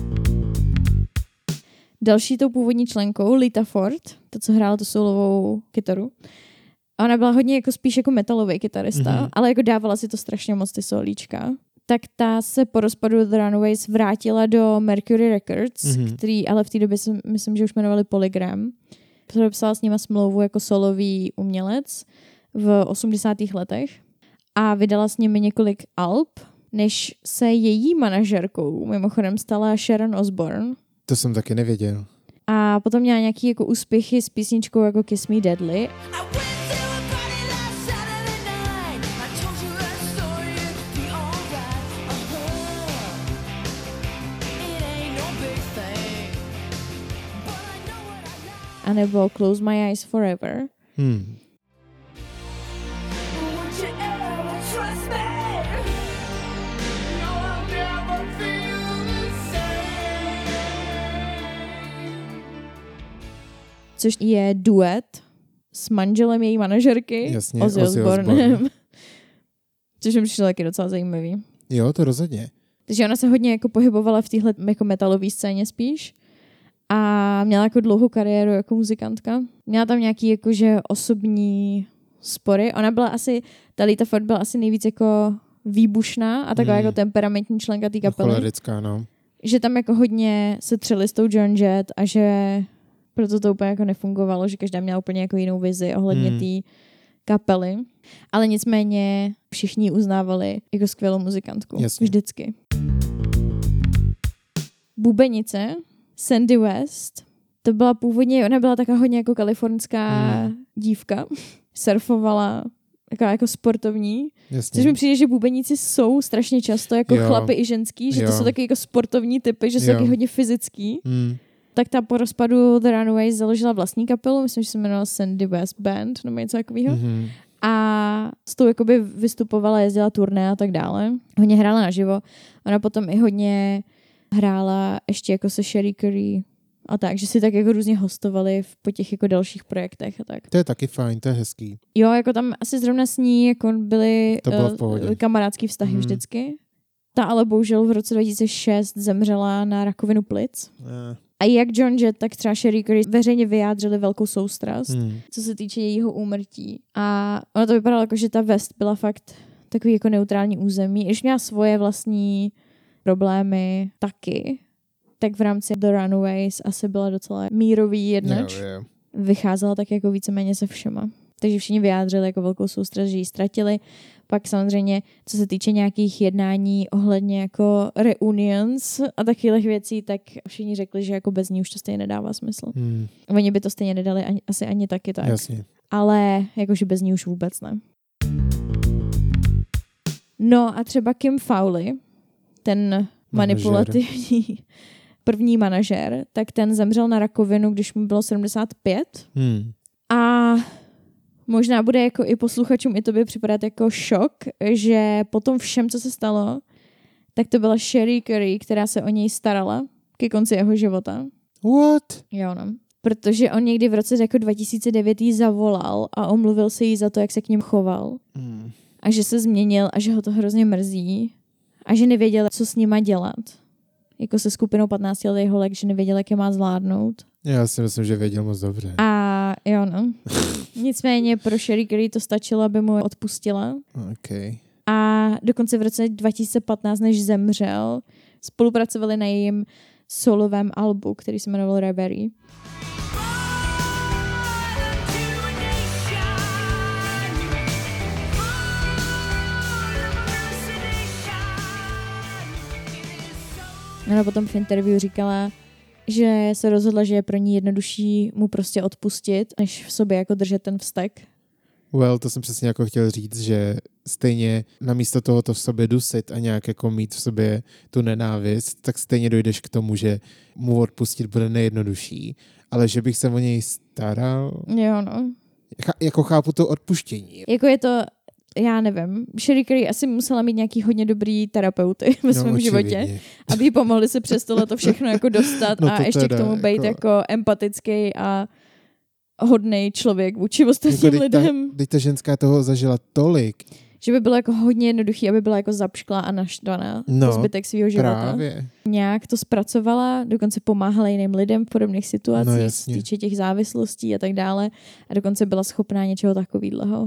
Další tou původní členkou, Lita Ford, to, co hrála tu solovou kytaru. A ona byla hodně jako spíš jako metalový kytarista, Mhm. mm-hmm. ale jako dávala si to strašně moc ty solíčka. Tak ta se po rozpadu The Runaways vrátila do Mercury Records, Mhm. mm-hmm. který ale v té době si, myslím, že už jmenovali Polygram. Podepsala s nima smlouvu jako solový umělec v osmdesátých letech a vydala s nimi několik alb, než se její manažerkou mimochodem stala Sharon Osbourne. To jsem taky nevěděl. A potom měla nějaký jako úspěchy s písničkou jako Kiss Me Deadly. I went to a party last Saturday night. I told you that story, it'd be alright. Uh-huh. It ain't no big thing, but I know what I like. A nebo Close My Eyes Forever. Hmm. Would you ever trust me? No, I'll never feel the same. Což je duet s manželem její manažerky, Jasně, Ozzy Ozzy Osbournem. Osbourne. Což mi přišlo taky docela zajímavý. Jo, to rozhodně. Takže ona se hodně jako pohybovala v téhle jako metalové scéně spíš. A měla jako dlouhou kariéru jako muzikantka. Měla tam nějaký jakože osobní spory. Ona byla asi, ta Lita Ford byla asi nejvíc jako výbušná a taková Hmm. jako temperamentní členka té kapely. Cholerická, no. Že tam jako hodně se třeli s tou Joan Jett a že proto to úplně jako nefungovalo, že každá měla úplně jako jinou vizi ohledně Hmm. té kapely. Ale nicméně všichni ji uznávali jako skvělou muzikantku. Jasně. Vždycky. Bubenice Sandy West, to byla původně, ona byla taková hodně jako kalifornská Hmm. dívka, surfovala taková jako sportovní, Jasně. což mi přijde, že bubeníci jsou strašně často jako Jo. chlapi i ženský, že Jo. to jsou taky jako sportovní typy, že jsou Jo. taky hodně fyzický. Hmm. Tak ta po rozpadu The Runaways založila vlastní kapelu, myslím, že se jmenovala Sandy West Band nebo něco takového. Mm-hmm. A s tou jakoby vystupovala, jezdila turné a tak dále. Hodně hrála naživo. Ona potom i hodně hrála ještě jako se Sherry Curry a tak, že si tak jako různě hostovali v, po těch jako dalších projektech a tak. To je taky fajn, to je hezký. Jo, jako tam asi zrovna s ní jako byly To bylo v uh, pohodě. kamarádský vztahy Hmm. vždycky. Ta ale bohužel v roce dva tisíce šest zemřela na rakovinu plic. Eh. A jak John Jett, tak třeba Sherry Curry veřejně vyjádřili velkou soustrast, Hmm. co se týče jejího úmrtí. A ono to vypadalo jako, že ta West byla fakt takový jako neutrální území. Když měla svoje vlastní problémy taky, tak v rámci The Runaways asi byla docela mírový jednač. Jo, jo. Vycházela tak jako víceméně se všema. Takže všichni vyjádřili jako velkou soustrast, že ji ztratili. Pak samozřejmě, co se týče nějakých jednání ohledně jako reunions a takových věcí, tak všichni řekli, že jako bez ní už to stejně nedává smysl. Hmm. Oni by to stejně nedali ani, asi ani taky tak. Jasně. Ale jakože bez ní už vůbec ne. No a třeba Kim Fowley, ten manipulativní první manažer, tak ten zemřel na rakovinu, když mu bylo sedmdesát pět. Hmm. A možná bude jako i posluchačům i tobě připadat jako šok, že po tom všem, co se stalo, tak to byla Sherry Curry, která se o něj starala ke konci jeho života. What? Jo, no. Protože on někdy v roce jako dva tisíce devět jí zavolal a omluvil se jí za to, jak se k ním choval. Hmm. A že se změnil a že ho to hrozně mrzí. A že nevěděl, co s nima dělat. Jako se skupinou patnáctiletých holek, že nevěděl, jak je má zvládnout. Já si myslím, že věděl moc dobře. A jo, no. Nicméně pro Sherry Curry to stačilo, aby mu odpustila. Okay. A dokonce v roce dva tisíce patnáct, než zemřel, spolupracovali na jejím solovém albu, který se jmenoval Reverie. Ona potom v interview říkala, že se rozhodla, že je pro ní jednodušší mu prostě odpustit, než v sobě jako držet ten vztek. Well, to jsem přesně jako chtěl říct, že stejně namísto toho to v sobě dusit a nějak jako mít v sobě tu nenávist, tak stejně dojdeš k tomu, že mu odpustit bude nejjednodušší, ale že bych se o něj staral, Jo, no. Ch- jako chápu to odpuštění. Jako je to, já nevím, Sherry Curry asi musela mít nějaký hodně dobrý terapeuty ve svém No, životě, očividně. aby jí pomohli se přes tohle to všechno jako dostat No a to ještě teda, k tomu být jako- jako, jako empatický a hodnej člověk vůči ostatním Jako, teď, ta, lidem. teď ta ženská toho zažila tolik. Že by bylo jako hodně jednoduchý, aby byla jako zapšklá a naštvaná No, po zbytek svého života. Právě. Nějak to zpracovala, dokonce pomáhala jiným lidem v podobných situacích, No, co jasně. se týče těch závislostí a tak dále. A dokonce byla schopná něčeho takového.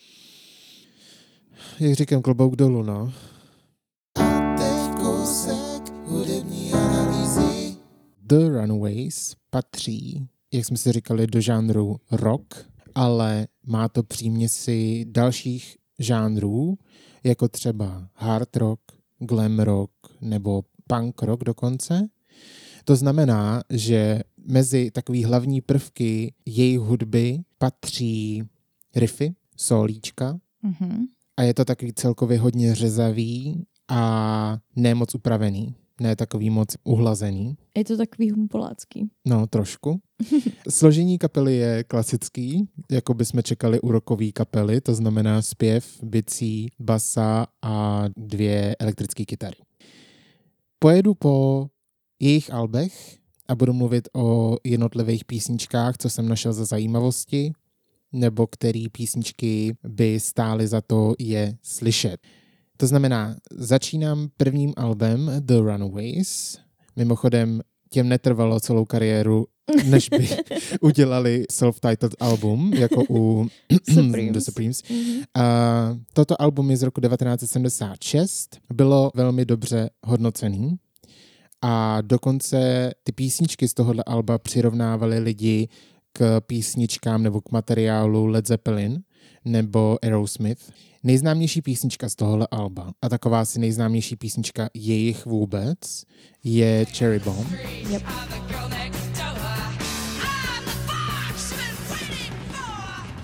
Jak říkám, klobouk dolů, no. A teď kousek hudební analýzy. The Runaways patří, jak jsme si říkali, do žánru rock, ale má to příměsi dalších žánrů, jako třeba hard rock, glam rock nebo punk rock dokonce. To znamená, že mezi takový hlavní prvky jejich hudby patří riffy, solíčka, Mhm. a je to takový celkově hodně řezavý a ne moc upravený. Ne takový moc uhlazený. Je to takový humpolácký. No, trošku. Složení kapely je klasický, jako bychom čekali u rockové kapely, to znamená zpěv, bicí, basa a dvě elektrické kytary. Pojedu po jejich albech a budu mluvit o jednotlivých písničkách, co jsem našel za zajímavosti, nebo který písničky by stály za to je slyšet. To znamená, začínám prvním albem The Runaways. Mimochodem, těm netrvalo celou kariéru, než by udělali self-titled album, jako u Supremes. The Supremes. Mhm. A toto album je z roku devatenáct set sedmdesát šest. Bylo velmi dobře hodnocený. A dokonce ty písničky z tohohle alba přirovnávali lidi k písničkám nebo k materiálu Led Zeppelin nebo Aerosmith. Nejznámější písnička z tohohle alba a taková asi nejznámější písnička jejich vůbec je Cherry Bomb. Yep.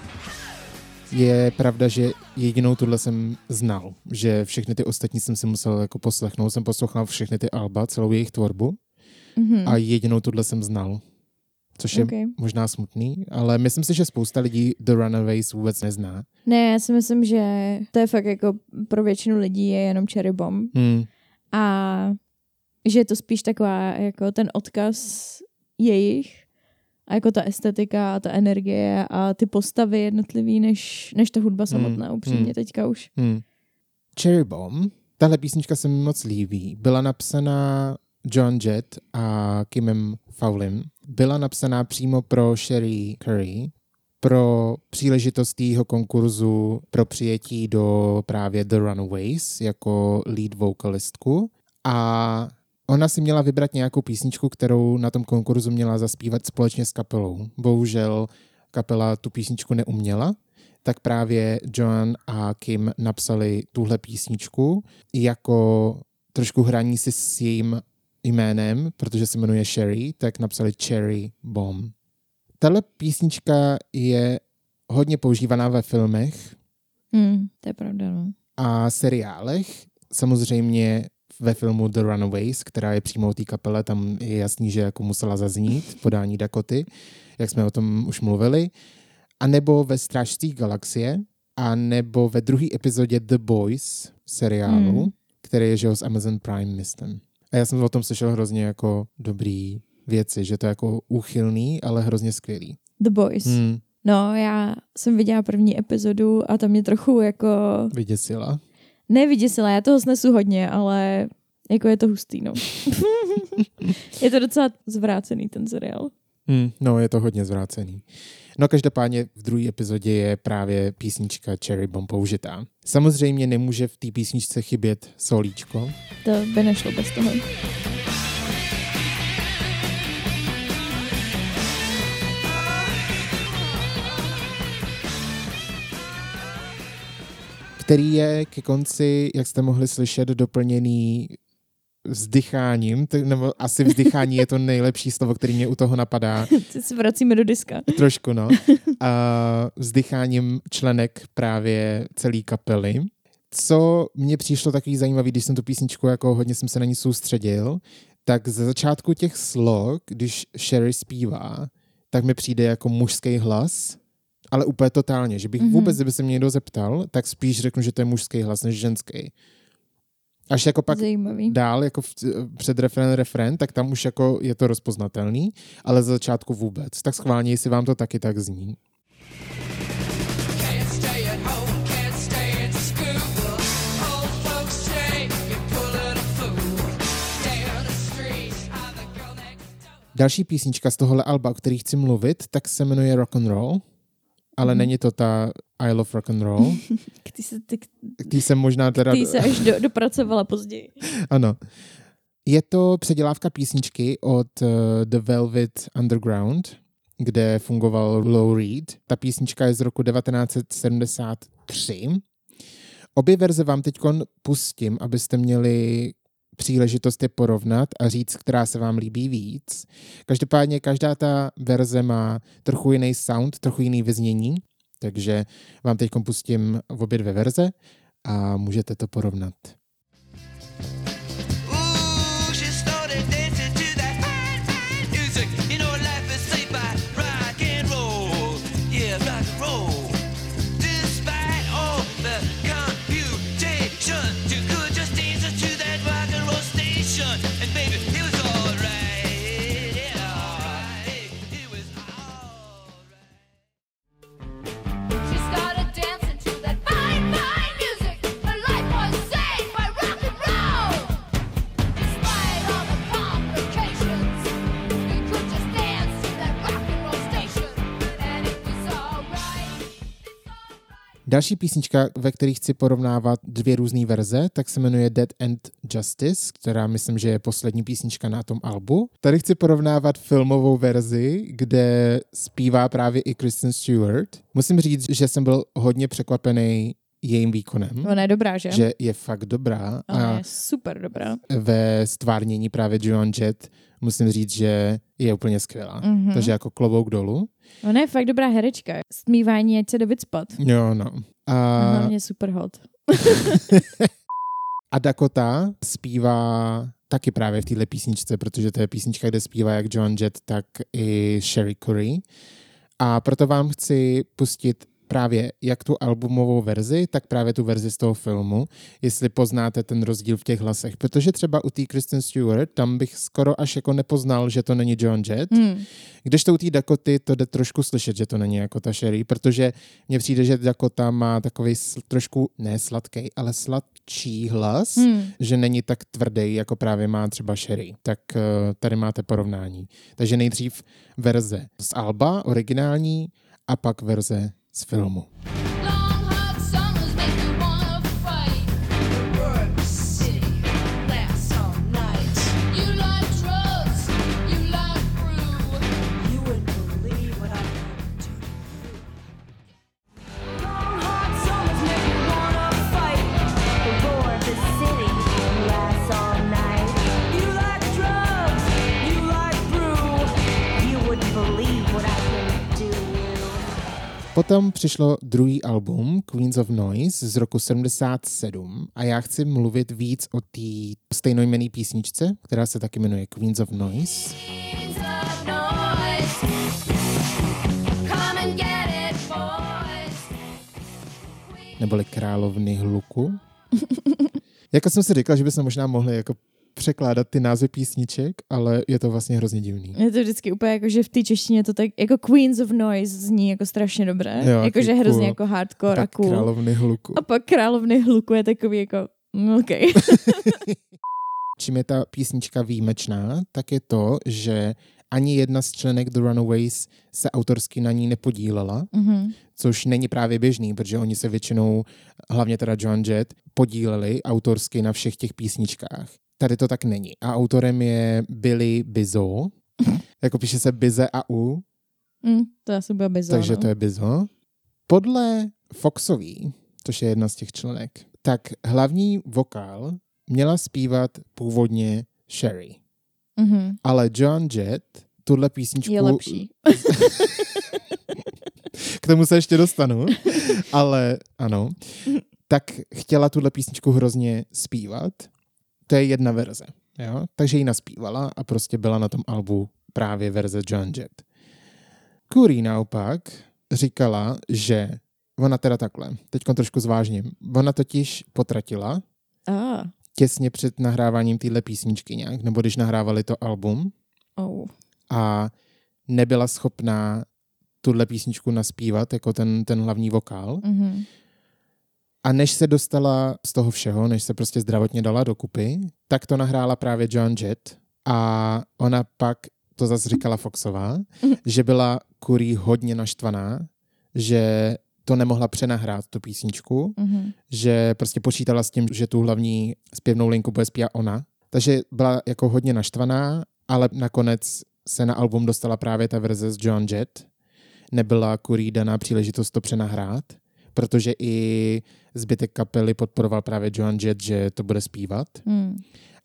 Je pravda, že jedinou tuhle jsem znal, že všechny ty ostatní jsem si musel jako poslechnout. Jsem poslouchal všechny ty alba, celou jejich tvorbu Mhm. a jedinou tuhle jsem znal. Což je Okay. možná smutný, ale myslím si, že spousta lidí The Runaways vůbec nezná. Ne, já si myslím, že to je fakt jako pro většinu lidí je jenom Cherry Bomb. Hmm. A že je to spíš taková jako ten odkaz jejich a jako ta estetika a ta energie a ty postavy jednotlivý, než, než ta hudba samotná, Hmm. upřímně Hmm. teďka už. Hmm. Cherry Bomb, tahle písnička se mi moc líbí. Byla napsaná John Jett a Kimem Fowlem. Byla napsaná přímo pro Sherry Curry, pro příležitost jeho konkurzu pro přijetí do právě The Runaways jako lead vokalistku. A ona si měla vybrat nějakou písničku, kterou na tom konkurzu měla zaspívat společně s kapelou. Bohužel kapela tu písničku neuměla, tak právě Joan a Kim napsali tuhle písničku jako trošku hraní si s jejím jménem, protože se jmenuje Sherry, tak napsali Cherry Bomb. Tahle písnička je hodně používaná ve filmech Hmm, to je pravda, no. a seriálech. Samozřejmě ve filmu The Runaways, která je přímo o té kapele, tam je jasný, že jako musela zaznít podání Dakoty, jak jsme o tom už mluvili. A nebo ve Strážcích galaxie, a nebo ve druhé epizodě The Boys seriálu, Hmm. který je že ho, z Amazon Prime, myslím. A já jsem o tom slyšel hrozně jako dobrý věci, že to je jako úchylný, ale hrozně skvělý. The Boys. Hmm, No, já jsem viděla první epizodu a tam mě trochu jako vyděsila. nevyděsila, já toho snesu hodně, ale jako je to hustý, no. Je to docela zvrácený ten seriál. Hmm, no, je to hodně zvrácený. No každopádně v druhé epizodě je právě písnička Cherry Bomb použitá. Samozřejmě nemůže v té písničce chybět solíčko. To by nešlo bez toho. Který je ke konci, jak jste mohli slyšet, doplněný vzdycháním, t- nebo asi vzdychání je to nejlepší slovo, který mě u toho napadá. Teď se vracíme do diska. Trošku, no. A vzdycháním členek právě celé kapely. Co mně přišlo takový zajímavý, když jsem tu písničku, jako hodně jsem se na ní soustředil, tak ze začátku těch slov, když Sherry zpívá, tak mi přijde jako mužský hlas, ale úplně totálně, že bych Mhm. vůbec, kdyby se mě někdo zeptal, tak spíš řeknu, že to je mužský hlas než ženský. Až jako pak Zajímavý. dál, jako v, před refrén, refrén, tak tam už jako je to rozpoznatelný, ale za začátku vůbec. Tak schválně, jestli vám to taky tak zní. Can't stay at home, can't stay at school. Old folks say you're pulling a fool. Stay on the streets, I'm the girl next door. Další písnička z tohohle alba, o který chci mluvit, tak se jmenuje Rock and Roll, ale Mhm. není to ta I Love Rock and Roll. Ty se, ty, Ty jsem možná teda... ty se až do, dopracovala později. Ano. Je to předělávka písničky od uh, The Velvet Underground, kde fungoval Lou Reed. Ta písnička je z roku devatenáct set sedmdesát tři. Obě verze vám teď pustím, abyste měli příležitost je porovnat a říct, která se vám líbí víc. Každopádně každá ta verze má trochu jiný sound, trochu jiný vyznění, takže vám teď pustím v obě dvě verze a můžete to porovnat. Ooh, she started dancing to that fine, fine music. You know life is saved by rock and roll. Yeah, rock and roll. Despite all the confusion, you could just dance to that rock and roll station. And baby, it was alright. Yeah, alright. It was alright. She started dancing to that fine, fine music. Her life was saved by rock and roll. Despite all the complications, you could just dance to that rock and roll station, and it was alright. It's alright. Další písnička, ve které chci porovnávat dvě různé verze, tak se jmenuje Dead End Justice, která myslím, že je poslední písnička na tom albu. Tady chci porovnávat filmovou verzi, kde zpívá právě i Kristen Stewart. Musím říct, že jsem byl hodně překvapený jejím výkonem, Ona je dobrá, že? že je fakt dobrá. Ona A je super dobrá. ve stvárnění právě Joan Jett musím říct, že je úplně skvělá. Mhm. Takže jako klobouk dolů. Ona je fakt dobrá herečka. Smívání, ať se jde vycpat. Jo, no. A A, hlavně super hot. a Dakota zpívá taky právě v téhle písničce, protože to je písnička, kde zpívá jak Joan Jett, tak i Sherry Curry. A proto vám chci pustit právě jak tu albumovou verzi, tak právě tu verzi z toho filmu, jestli poznáte ten rozdíl v těch hlasech. Protože třeba u té Kristen Stewart, tam bych skoro až jako nepoznal, že to není Joan Jett. Hmm. Kdežto u té Dakoty to jde trošku slyšet, že to není jako ta Sherry, protože mně přijde, že Dakota má takový sl- trošku, ne sladký, ale sladčí hlas, Hmm. že není tak tvrdý, jako právě má třeba Sherry. Tak uh, tady máte porovnání. Takže nejdřív verze z alba, originální, a pak verze z filmu. Long hot summers make me wanna fight. Work city lasts all night. You like drugs, you like brew. You wouldn't believe what I can do. Long hot summers make me wanna fight. The roar of the city lasts all night. You like drugs, you like brew. You wouldn't believe what I can do. Potom přišlo druhý album Queens of Noise z roku sedmdesát sedm a já chci mluvit víc o té stejnojmenné písničce, která se taky jmenuje Queens of Noise. Queens of noise. Come and get it, boys. Neboli Královny hluku. Jako jsem si říkal, že bychom možná mohli jako překládat ty názvy písniček, ale je to vlastně hrozně divný. Je to vždycky úplně jako, že v té češtině to tak, jako Queens of Noise zní jako strašně dobré. Jo, Jakože cool. hrozně jako hardcore a Tak cool. Královny hluku. A pak Královny hluku je takový jako, mm, OK. Čím je ta písnička výjimečná, tak je to, že ani jedna z členek The Runaways se autorsky na ní nepodílela, Mhm. což není právě běžný, protože oni se většinou, hlavně teda Joan Jett, podíleli autorsky na všech těch písničkách. Tady to tak není. A autorem je Billy Bizzo, jako píše se Bize a U, Mm, to asi bude bizarno. takže to je Bizzo. Podle Foxový, což je jedna z těch členek, tak hlavní vokál měla zpívat původně Sherry. Mhm. Ale Joan Jett tuhle písničku... Je lepší. K tomu se ještě dostanu, ale ano. Tak chtěla tuhle písničku hrozně zpívat. To je jedna verze. Jo? Takže ji naspívala a prostě byla na tom albu právě verze Joan Jett. Curry naopak říkala, že ona teda takhle, teďkon trošku zvážním, ona totiž potratila Ah. těsně před nahráváním téhle písničky nějak, nebo když nahrávali to album Oh. a nebyla schopná tuhle písničku naspívat, jako ten, ten hlavní vokál. Mhm. A než se dostala z toho všeho, než se prostě zdravotně dala dokupy, tak to nahrála právě Joan Jett a ona pak, to zase říkala Foxová, že byla Curry hodně naštvaná, že to nemohla přenahrát, tu písničku, Mhm. že prostě počítala s tím, že tu hlavní zpěvnou linku bude zpívat ona. Takže byla jako hodně naštvaná, ale nakonec se na album dostala právě ta verze z Joan Jett. Nebyla Curry daná příležitost to přenahrát, protože i zbytek kapely podporoval právě Joan Jett, že to bude zpívat. Mm.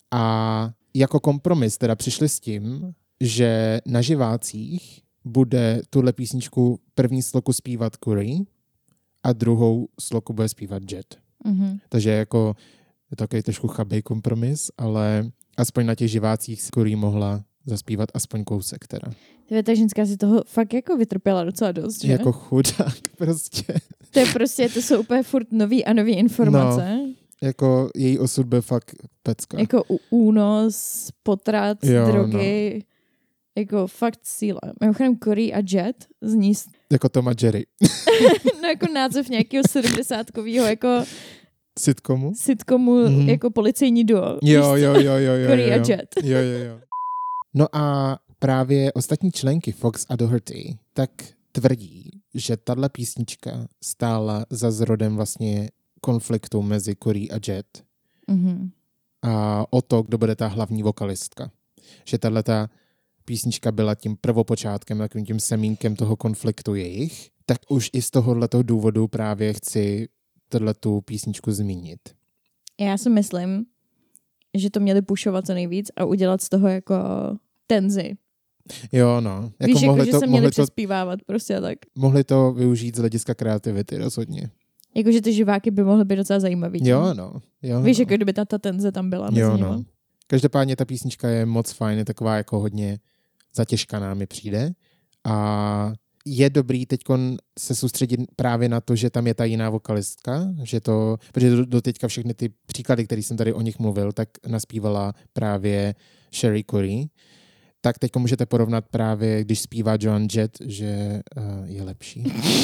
A jako kompromis teda přišli s tím, že na živácích bude tuhle písničku první sloku zpívat Curry a druhou sloku bude zpívat Jett. Mhm. Takže jako je to takový trošku chabý kompromis, ale aspoň na těch živácích si Curry mohla zaspívat aspoň kousek teda. Tyhle, ta ženská si toho fakt jako vytrpěla docela dost, že? Jako chudák prostě. To je prostě, to jsou úplně furt nový a nový informace. No. Jako její osud byl fakt pecka. Jako u- únos, potrat, Jo, drogy, jako fakt síla. Mimochodem Curry a Jett zní s- Jako Tom a Jerry. no jako název nějakého sedmdesátkovýho jako Sitcomu? sitcomu, Mhm. jako policejní duo. Jo, jo, jo, jo, jo. Curry jo, a jo. Jett. Jo, jo, jo. No a právě ostatní členky Fox a Doherty tak tvrdí, že tahle písnička stála za zrodem vlastně konfliktu mezi Curry a Jett Mhm. a o to, kdo bude ta hlavní vokalistka. Že tahle ta písnička byla tím prvopočátkem, takovým tím semínkem toho konfliktu jejich. Tak už i z tohohletoho důvodu právě chci tu písničku zmínit. Já si myslím, že to měli pušovat co nejvíc a udělat z toho jako tenzi. Jo, no. Jako Víš, mohli jako, že to, se měli mohli, to, přespívávat prostě a tak. mohli to využít z hlediska kreativity rozhodně. Jakože ty živáky by mohly být docela zajímavý. Jo, no. Jo, Víš, no. jako kdyby ta, ta tenze tam byla mezi Jo, nima. no. Každopádně ta písnička je moc fajn, je taková jako hodně zatěžkaná mi přijde. A je dobrý teďkon se soustředit právě na to, že tam je ta jiná vokalistka, že to, protože do, do teďka všechny ty příklady, které jsem tady o nich mluvil, tak naspívala právě Cherie Curry. Tak teď můžete porovnat právě, když zpívá Joan Jett, že uh, je lepší.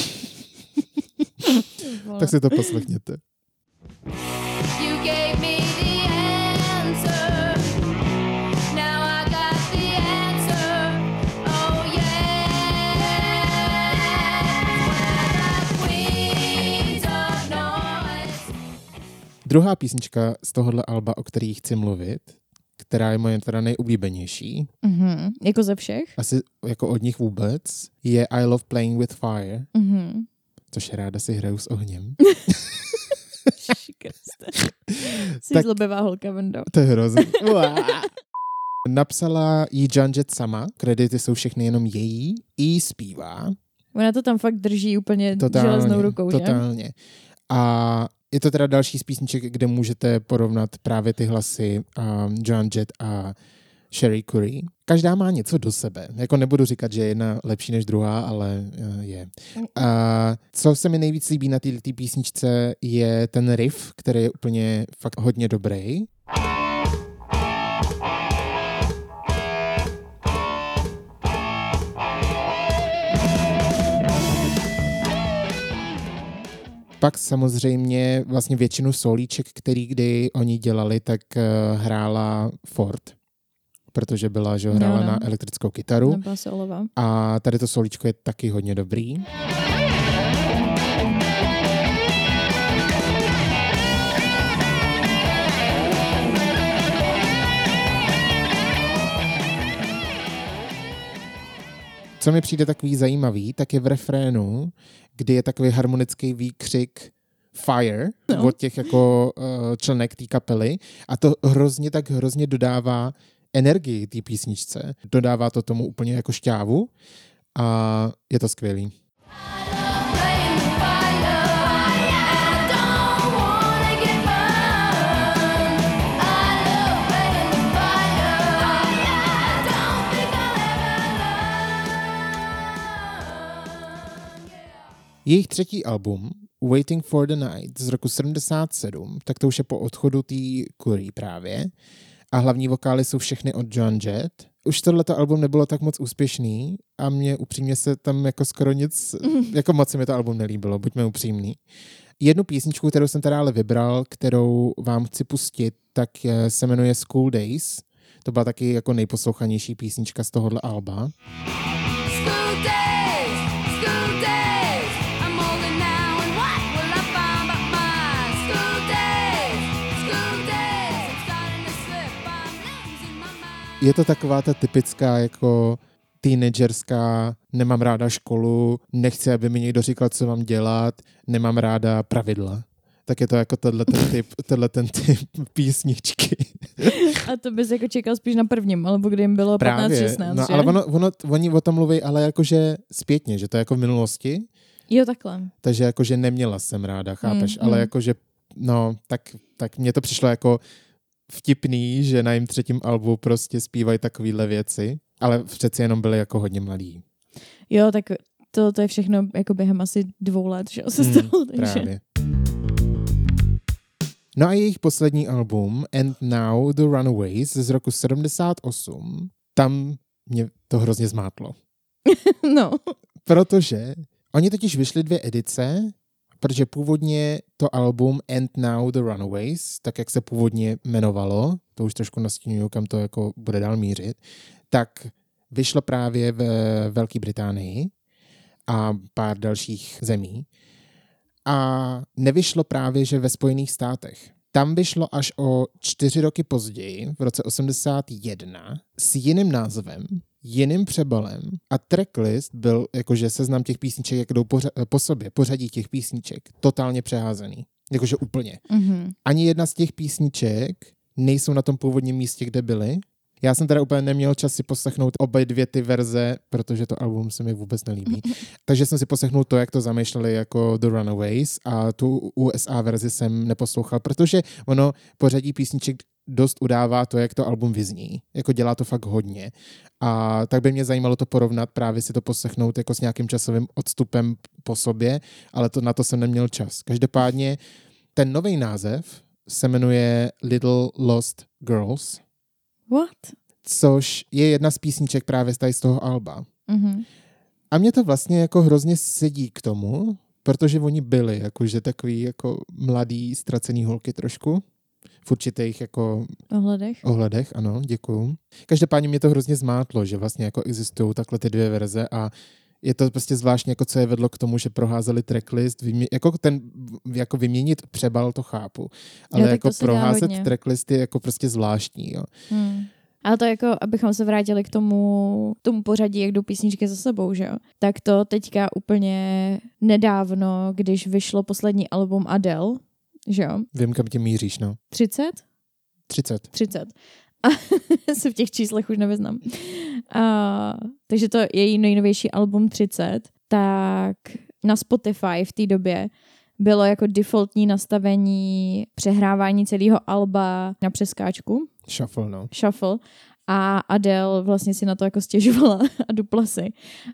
Tak si to poslechněte. You gave me the answer. Now I got the answer. Oh yeah. We're the queens of noise. Druhá písnička z tohohle alba, o který chci mluvit, která je moje teda nejoblíbenější, Mhm. Jako ze všech? asi jako od nich vůbec, je I Love Playing with Fire, Mhm. což ráda si hraju s ohněm. Kriste. Jsi Tak- zlobivá holka, Vendo. To je hrozný. Napsala jí Joan Jett sama, kredity jsou všechny jenom její, i zpívá. Ona to tam fakt drží úplně Totálně, železnou rukou, že? totálně. A je to teda další z písniček, kde můžete porovnat právě ty hlasy um, Joan Jett a Cherie Curry. Každá má něco do sebe. Jako nebudu říkat, že je jedna lepší než druhá, ale uh, je. A co se mi nejvíc líbí na této písničce je ten riff, který je úplně fakt hodně dobrý. Pak samozřejmě vlastně většinu solíček, který kdy oni dělali, tak uh, hrála Ford, protože byla, že hrála Jo, no. na elektrickou kytaru. Nebyla solová. A tady to solíčko je taky hodně dobrý. Co mi přijde takový zajímavý, tak je v refrénu, kdy je takový harmonický výkřik Fire No. od těch jako uh, členek té kapely a to hrozně tak hrozně dodává energii té písničce. Dodává to tomu úplně jako šťávu a je to skvělý. Playing with fire. I don't wanna get burned. I love playing with fire. I don't think I'll ever learn. Jejich třetí album Waiting for the Night z roku sedmdesát sedm, tak to už je po odchodu té Curry právě. A hlavní vokály jsou všechny od Joan Jett. Už tohleto album nebylo tak moc úspěšný a mě upřímně se tam jako skoro nic, jako moc se mi to album nelíbilo, buďme upřímní. Jednu písničku, kterou jsem teda ale vybral, kterou vám chci pustit, tak je- se jmenuje School Days. To byla taky jako nejposlouchanější písnička z tohohle alba. School days, school days. I'm older now, and what will I find but my school days, school days. I'm starting to slip, I'm losing my mind. Je to taková ta typická jako teenagerská, nemám ráda školu, nechci, aby mi někdo říkal, co mám dělat, nemám ráda pravidla. Tak je to jako tenhle ten typ, tenhle ten typ písničky. A to bys jako čekal spíš na prvním, alebo kdy jim bylo patnáct Právě, šestnáct, no, že? ale ono, ono, oni o tom mluví, ale jakože zpětně, že to je jako v minulosti, Jo, takhle. takže jakože neměla jsem ráda, chápeš, Mm, ale mm. jakože, no, tak, tak mně to přišlo jako vtipný, že na jejím třetím albu prostě zpívají takovýhle věci, ale přeci jenom byli jako hodně mladí. Jo, tak to, to je všechno jako během asi dvou let, že jo, se Hmm, stalo, takže... právě. No a jejich poslední album And Now The Runaways z roku sedmdesát osm, tam mě to hrozně zmátlo. No. Protože oni totiž vyšli dvě edice, protože původně to album And Now The Runaways, tak jak se původně jmenovalo, to už trošku nastínuju, kam to jako bude dál mířit, tak vyšlo právě v Velké Británii a pár dalších zemí. A nevyšlo právě, že ve Spojených státech. Tam vyšlo až o čtyři roky později, v roce osmdesát jedna, s jiným názvem, jiným přebalem a tracklist byl, jakože seznam těch písniček, jak jdou pořa- po sobě, pořadí těch písniček, totálně přeházený. Jakože úplně. Mhm. Ani jedna z těch písniček nejsou na tom původním místě, kde byly. Já jsem teda úplně neměl čas si poslechnout obě dvě ty verze, protože to album se mi vůbec nelíbí. Takže jsem si poslechnul to, jak to zamýšleli jako The Runaways a tu U S A verzi jsem neposlouchal, protože ono pořadí písniček dost udává to, jak to album vyzní. Jako dělá to fakt hodně. A tak by mě zajímalo to porovnat, právě si to poslechnout jako s nějakým časovým odstupem po sobě, ale to, na to jsem neměl čas. Každopádně ten nový název se jmenuje Little Lost Girls, What? což je jedna z písniček právě z tady z toho alba. Mhm. A mě to vlastně jako hrozně sedí k tomu, protože oni byli jakože takový jako mladý, ztracený holky trošku. V určitých jako Ohledech. ohledech, ano, děkuju. Každopádně mě to hrozně zmátlo, že vlastně jako existují takhle ty dvě verze a je to prostě zvláštně, jako co je vedlo k tomu, že proházeli tracklist, vymě, jako ten, jako vyměnit přebal, to chápu, ale Jo, tak jako to se dá proházet hodně. tracklist je jako prostě zvláštní, jo. Hmm. Ale to jako, abychom se vrátili k tomu, tomu pořadí, jak jdou písničky za sebou, že jo? Tak to teďka úplně nedávno, když vyšlo poslední album Adele, že jo? Vím, kam tě míříš, no. třicet? třicet. třicet. A se v těch číslech už nevyznám. A, takže to je její nejnovější album třicet, tak na Spotify v té době bylo jako defaultní nastavení přehrávání celého alba na přeskáčku, Shuffle, no. shuffle, a Adele vlastně si na to jako stěžovala a dupla si.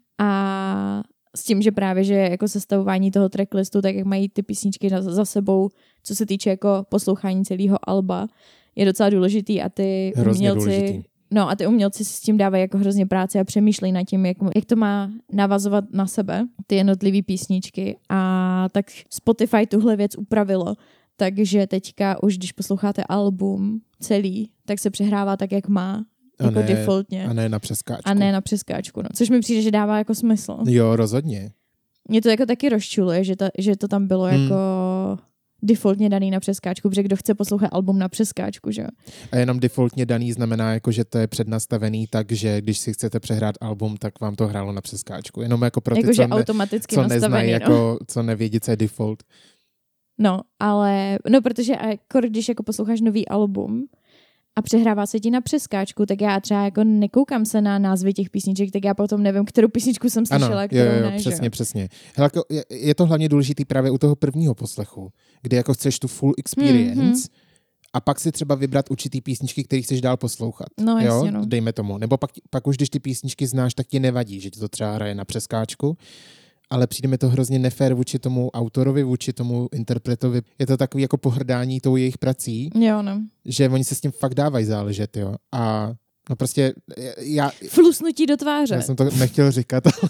A s tím, že právě, že jako sestavování toho tracklistu, tak jak mají ty písničky za, za sebou, co se týče jako poslouchání celého alba, je docela důležitý a ty Hrozně umělci... důležitý. No a ty umělci si s tím dávají jako hrozně práci a přemýšlejí nad tím, jak, jak to má navazovat na sebe, ty jednotlivé písničky. A tak Spotify tuhle věc upravilo, takže teďka už když posloucháte album celý, tak se přehrává tak, jak má, A jako ne, defaultně. a ne na přeskáčku. A ne na přeskáčku, no. Což mi přijde, že dává jako smysl. Jo, rozhodně. Mě to jako taky rozčuluje, že, ta, že to tam bylo Hmm. jako defaultně daný na přeskáčku, protože kdo chce poslouchat album na přeskáčku, že jo? A jenom defaultně daný znamená, jako, že to je přednastavený, takže když si chcete přehrát album, tak vám to hrálo na přeskáčku. Jenom jako pro ty, Jakože co, ne, automaticky co nastavený, neznají, no. jako, co nevědí, co je default. No, ale, no protože jako, když jako posloucháš nový album a přehrává se ti na přeskáčku, tak já třeba jako nekoukám se na názvy těch písniček, tak já potom nevím, kterou písničku jsem slyšela, Ano, jo, kterou jo, ne, přesně, že? přesně. Hele, jako je, je to hlavně důležitý právě u toho prvního poslechu, kdy jako chceš tu full experience Mhm. a pak si třeba vybrat určitý písničky, které chceš dál poslouchat. No, jo? jasně, no. Dejme tomu. Nebo pak, pak už, když ty písničky znáš, tak ti nevadí, že ti to třeba hraje na přeskáčku, ale přijde mi to hrozně nefér vůči tomu autorovi, vůči tomu interpretovi. Je to takový jako pohrdání tou jejich prací, Jo, no. že oni se s tím fakt dávají záležet, jo. A no prostě já, Flusnutí do tváře. já jsem to nechtěl říkat, ale,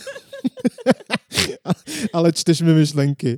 ale čteš mi myšlenky.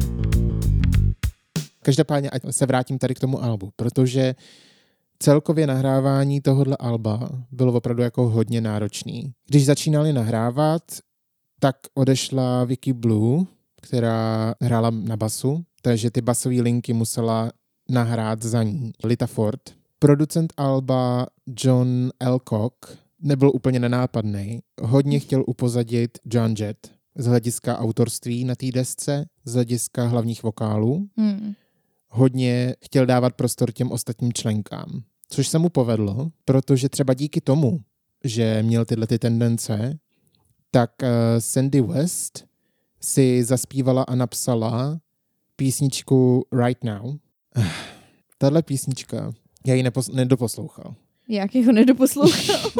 Každopádně, ať se vrátím tady k tomu albu, protože celkově nahrávání tohohle alba bylo opravdu jako hodně náročný. Když začínali nahrávat, tak odešla Vicky Blue, která hrála na basu, takže ty basové linky musela nahrát za ní Lita Ford. Producent alba John Alcock nebyl úplně nenápadný. Hodně chtěl upozadit Joan Jett z hlediska autorství na té desce, z hlediska hlavních vokálů. Hmm. Hodně chtěl dávat prostor těm ostatním členkám. Což se mu povedlo, protože třeba díky tomu, že měl tyhle ty tendence, tak uh, Sandy West si zaspívala a napsala písničku Right Now. Tahle písnička, já ji nepos- nedoposlouchal. Jak jeho nedoposlouchal.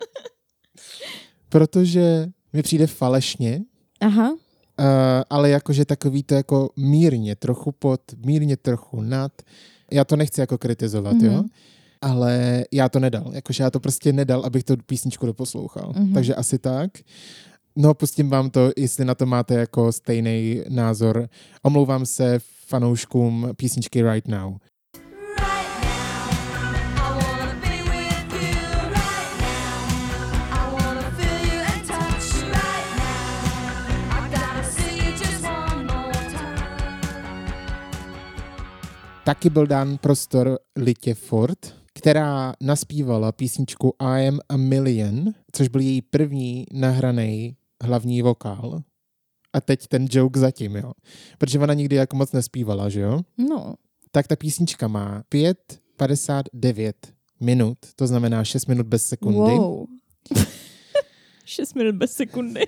Protože mi přijde falešně, Aha. uh, ale jakože takový to jako mírně, trochu pod, mírně trochu nad. Já to nechci jako kritizovat, Mhm. jo? Ale já to nedal. Jakože já to prostě nedal, abych tu písničku doposlouchal. Mhm. Takže asi tak. No, pustím vám to, jestli na to máte jako stejný názor. Omlouvám se fanouškům písničky Right Now. Right now, I wanna be with you. Right now, I wanna feel you and touch you. Right now, I gotta see you just one more time. Taky byl dán prostor Litě Ford, která naspívala písničku I Am a Million, což byl její první nahraný hlavní vokál. a teď ten joke zatím, jo. Protože ona nikdy jako moc nespívala, že jo? No. Tak ta písnička má pět padesát devět minut, to znamená šest minut bez sekundy. Wow. šest minut bez sekundy.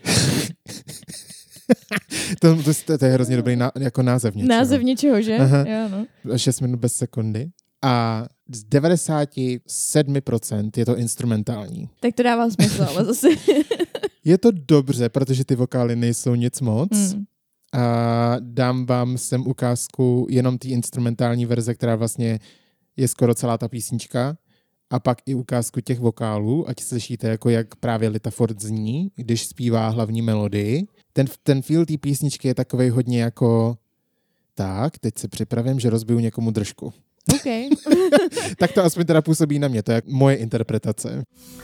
to, to, to je hrozně dobrý ná, jako název něčeho. Název něčeho, že? Aha. Jo, no. šest minut bez sekundy. A z devadesát sedm procent je to instrumentální. Tak to dává smysl, ale zase. Je to dobře, protože ty vokály nejsou nic moc. Mm. A dám vám sem ukázku jenom té instrumentální verze, která vlastně je skoro celá ta písnička. A pak i ukázku těch vokálů, ať slyšíte, jako jak právě Lita Ford zní, když zpívá hlavní melodii. Ten, ten feel té písničky je takovej hodně jako tak, teď se připravím, že rozbiju někomu držku. OK. Tak to aspoň teda působí na mě, to je moje interpretace.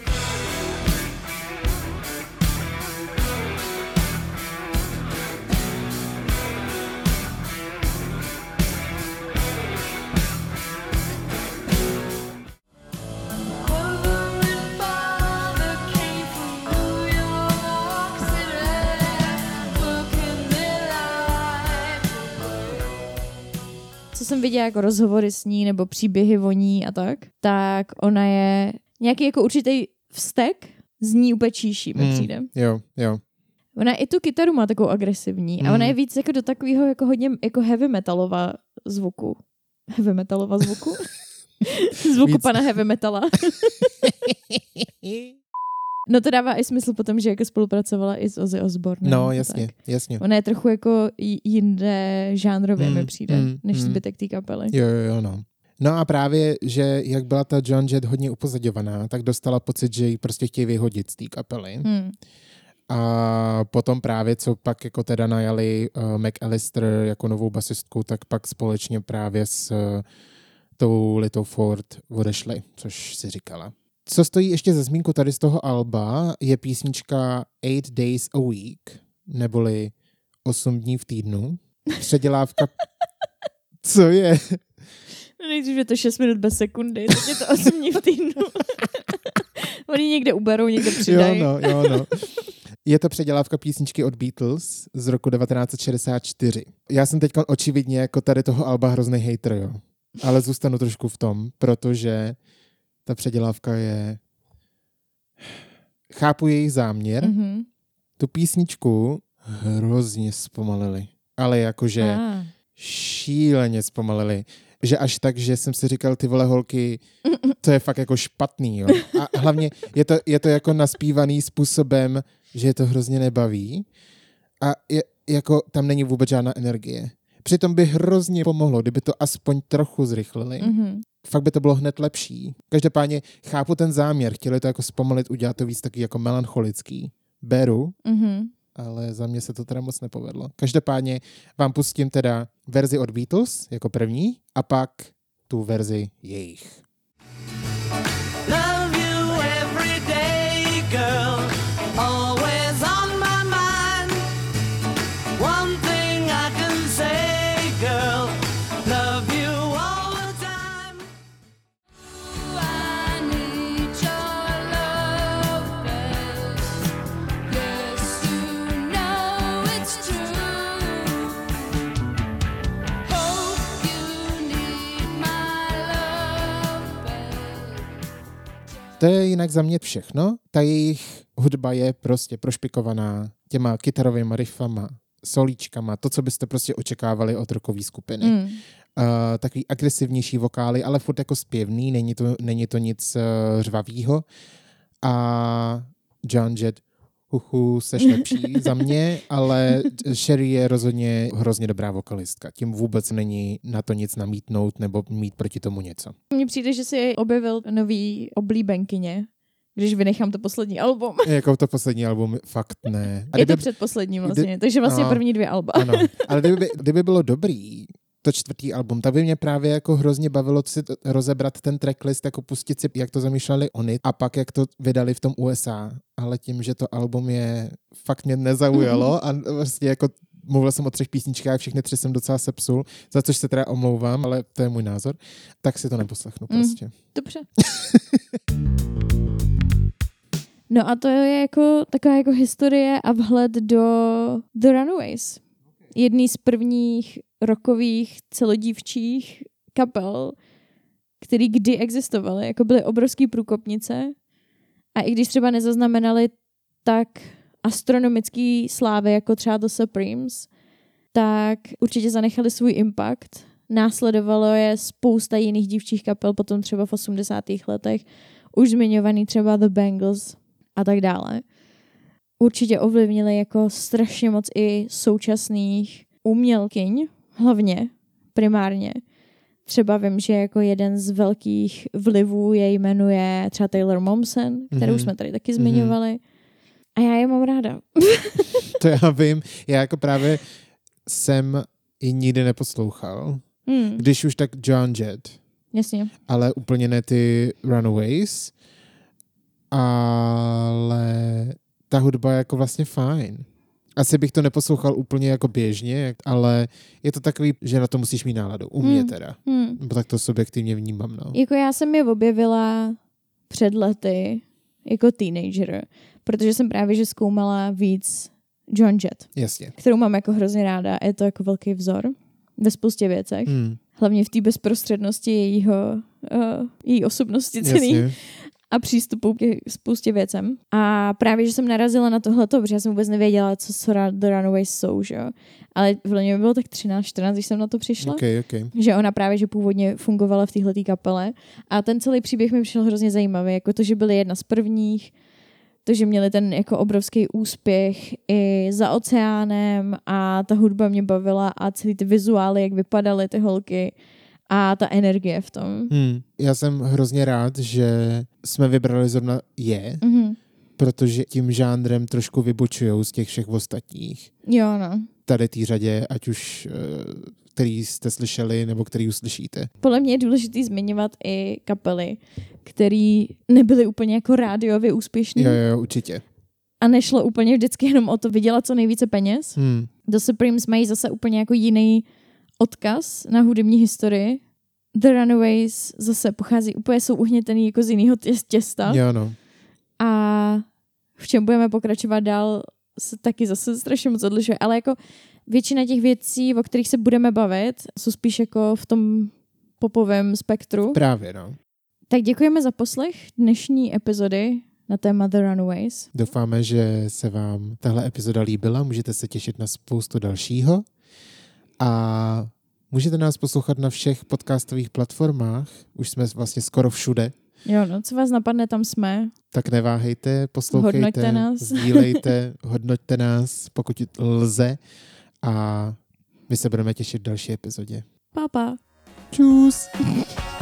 Co jsem viděla jako rozhovory s ní nebo příběhy o ní a tak, tak ona je nějaký jako určitý vztek z ní úplně číší, mi Mm, přijde. jo, jo. Ona i tu kytaru má takovou agresivní a ona je víc jako do takového jako hodně jako heavy metalová zvuku. Heavy metalová zvuku? Zvuku Víc. pana heavy metala. No to dává i smysl potom, že jako spolupracovala i s Ozzy Osbournem. No, a jasně, tak. jasně. Ona je trochu jako j- jinde žánrově Mm, mi přijde, mm, než mm. zbytek té kapely. Jo, jo, jo, no. No a právě, že jak byla ta Joan Jett hodně upozadňovaná, tak dostala pocit, že ji prostě chtějí vyhodit z té kapely. Hmm. A potom právě, co pak jako teda najali uh, McAllister jako novou basistku, tak pak společně právě s uh, tou Litou Ford odešli, což si říkala. Co stojí ještě za zmínku tady z toho alba, je písnička Eight Days a Week, neboli osm dní v týdnu. Předělávka... Co je? No nejdřív je to šest minut bez sekundy, teď je to osm dní v týdnu. Oni někde uberou, někde přidají. Jo, no, jo, no. Je to předělávka písničky od Beatles z roku devatenáct set šedesát čtyři. Já jsem teď očividně jako tady toho alba hrozný hater, jo. Ale zůstanu trošku v tom, protože ta předělávka je... Chápu jejich záměr. Mm-hmm. Tu písničku hrozně zpomalili. Ale jakože Ah. šíleně zpomalili. Že až tak, že jsem si říkal, ty vole holky, to je fakt jako špatný, jo. A hlavně je to, je to jako naspívaný způsobem, že je to hrozně nebaví a je, jako tam není vůbec žádná energie. Přitom by hrozně pomohlo, kdyby to aspoň trochu zrychlili. Mm-hmm. Fakt by to bylo hned lepší. Každopádně chápu ten záměr, chtěli to jako zpomalit, udělat to víc taky jako melancholický. Beru, Mm-hmm. ale za mě se to teda moc nepovedlo. Každopádně vám pustím teda verzi od Beatles jako první a pak tu verzi jejich. Love you every day, girl. Always on my mind. One thing I can say, girl. Love you all the time. I need your love, yes, you know it's true. Hope you need my love. To je jinak za mě všechno. Ta jejich hudba je prostě prošpikovaná těma kytarovými riffama, solíčkama, to, co byste prostě očekávali od rockové skupiny. Mm. Uh, takový agresivnější vokály, ale furt jako zpěvný, není to, není to nic uh, řvavýho. A Joan Jett, uhu, seš lepší za mě, ale Sherry je rozhodně hrozně dobrá vokalistka. Tím vůbec není na to nic namítnout nebo mít proti tomu něco. Mně přijde, že si objevil nový oblíbenkyně, když vynechám to poslední album. Jako to poslední album, fakt ne. A Je to kdyby- předposlední kdy- vlastně, takže vlastně no. první dvě alba. Ano, ale kdyby, kdyby bylo dobrý to čtvrtý album, tak by mě právě jako hrozně bavilo si to, rozebrat ten tracklist, jako pustit si, jak to zamýšleli oni a pak jak to vydali v tom U S A. Ale tím, že to album je fakt mě nezaujalo a vlastně jako mluvil jsem o třech písničkách, všechny tři jsem docela sepsul, za což se teda omlouvám, ale to je můj názor, tak si to neposlechnu Mm. prostě. Dobře. No a to je jako taková jako historie a vhled do The Runaways. Jedný z prvních rockových celodívčích kapel, který kdy existovaly. Jako byly obrovský průkopnice a i když třeba nezaznamenali tak astronomický slávy jako třeba The Supremes, tak určitě zanechali svůj impact. Následovalo je spousta jiných dívčích kapel, potom třeba v osmdesátých letech, už zmiňovaný třeba The Bangles a tak dále. Určitě ovlivnili jako strašně moc i současných umělkyň, hlavně, primárně. Třeba vím, že jako jeden z velkých vlivů je jmenuje třeba Taylor Momsen, kterou Mhm. jsme tady taky zmiňovali. A já je mám ráda. To já vím. Já jako právě jsem ji nikdy neposlouchal. Hmm, Když už tak Joan Jett, jasně. ale úplně ne ty Runaways. Ale ta hudba je jako vlastně fajn. Asi bych to neposlouchal úplně jako běžně, ale je to takový, že na to musíš mít náladu. U mě Hmm. teda. Hmm. Bo tak to subjektivně vnímám, no. Jako já jsem je objevila před lety jako teenager, protože jsem právě že zkoumala víc Joan Jett, Jasně. kterou mám jako hrozně ráda. Je to jako velký vzor ve spoustě věcech. Hmm. Hlavně v té bezprostřednosti jejího, uh, její osobnosti celý Jasně. a přístupu k spoustě věcem. A právě, že jsem narazila na tohleto, protože já jsem vůbec nevěděla, co co The Runaways jsou, že jo. Ale v mě bylo tak třináct čtrnáct, když jsem na to přišla. Okay, okay. Že ona právě, že původně fungovala v téhletý kapele. A ten celý příběh mi přišel hrozně zajímavý, jako to, že byly jedna z prvních, to, že měli ten jako obrovský úspěch i za oceánem a ta hudba mě bavila a celý ty vizuály, jak vypadaly ty holky a ta energie v tom. Hmm. Já jsem hrozně rád, že jsme vybrali zrovna je, Mhm. protože tím žánrem trošku vybočujou z těch všech ostatních. Jo, no. Tady té řadě, ať už eh, který jste slyšeli, nebo který uslyšíte. Podle mě je důležitý zmiňovat i kapely, který nebyly úplně jako rádiově úspěšný Jo, jo, určitě. a nešlo úplně vždycky jenom o to vydělat co nejvíce peněz. Hmm. The Supremes mají zase úplně jako jiný odkaz na hudební historii. The Runaways zase pochází úplně, jsou uhnětený jako z jiného tě- těsta. Jo, no. A v čem budeme pokračovat dál, se taky zase strašně moc odlišuje. Ale jako většina těch věcí, o kterých se budeme bavit, jsou spíš jako v tom popovém spektru. Právě, no. Tak děkujeme za poslech dnešní epizody na téma The Runaways. Doufáme, že se vám tahle epizoda líbila. Můžete se těšit na spoustu dalšího. A můžete nás poslouchat na všech podcastových platformách. Už jsme vlastně skoro všude. Jo, no, co vás napadne, tam jsme. Tak neváhejte, poslouchejte, Hodnoťte nás. sdílejte, hodnoťte nás, pokud lze. A my se budeme těšit v další epizodě. Pa, pa. Čus!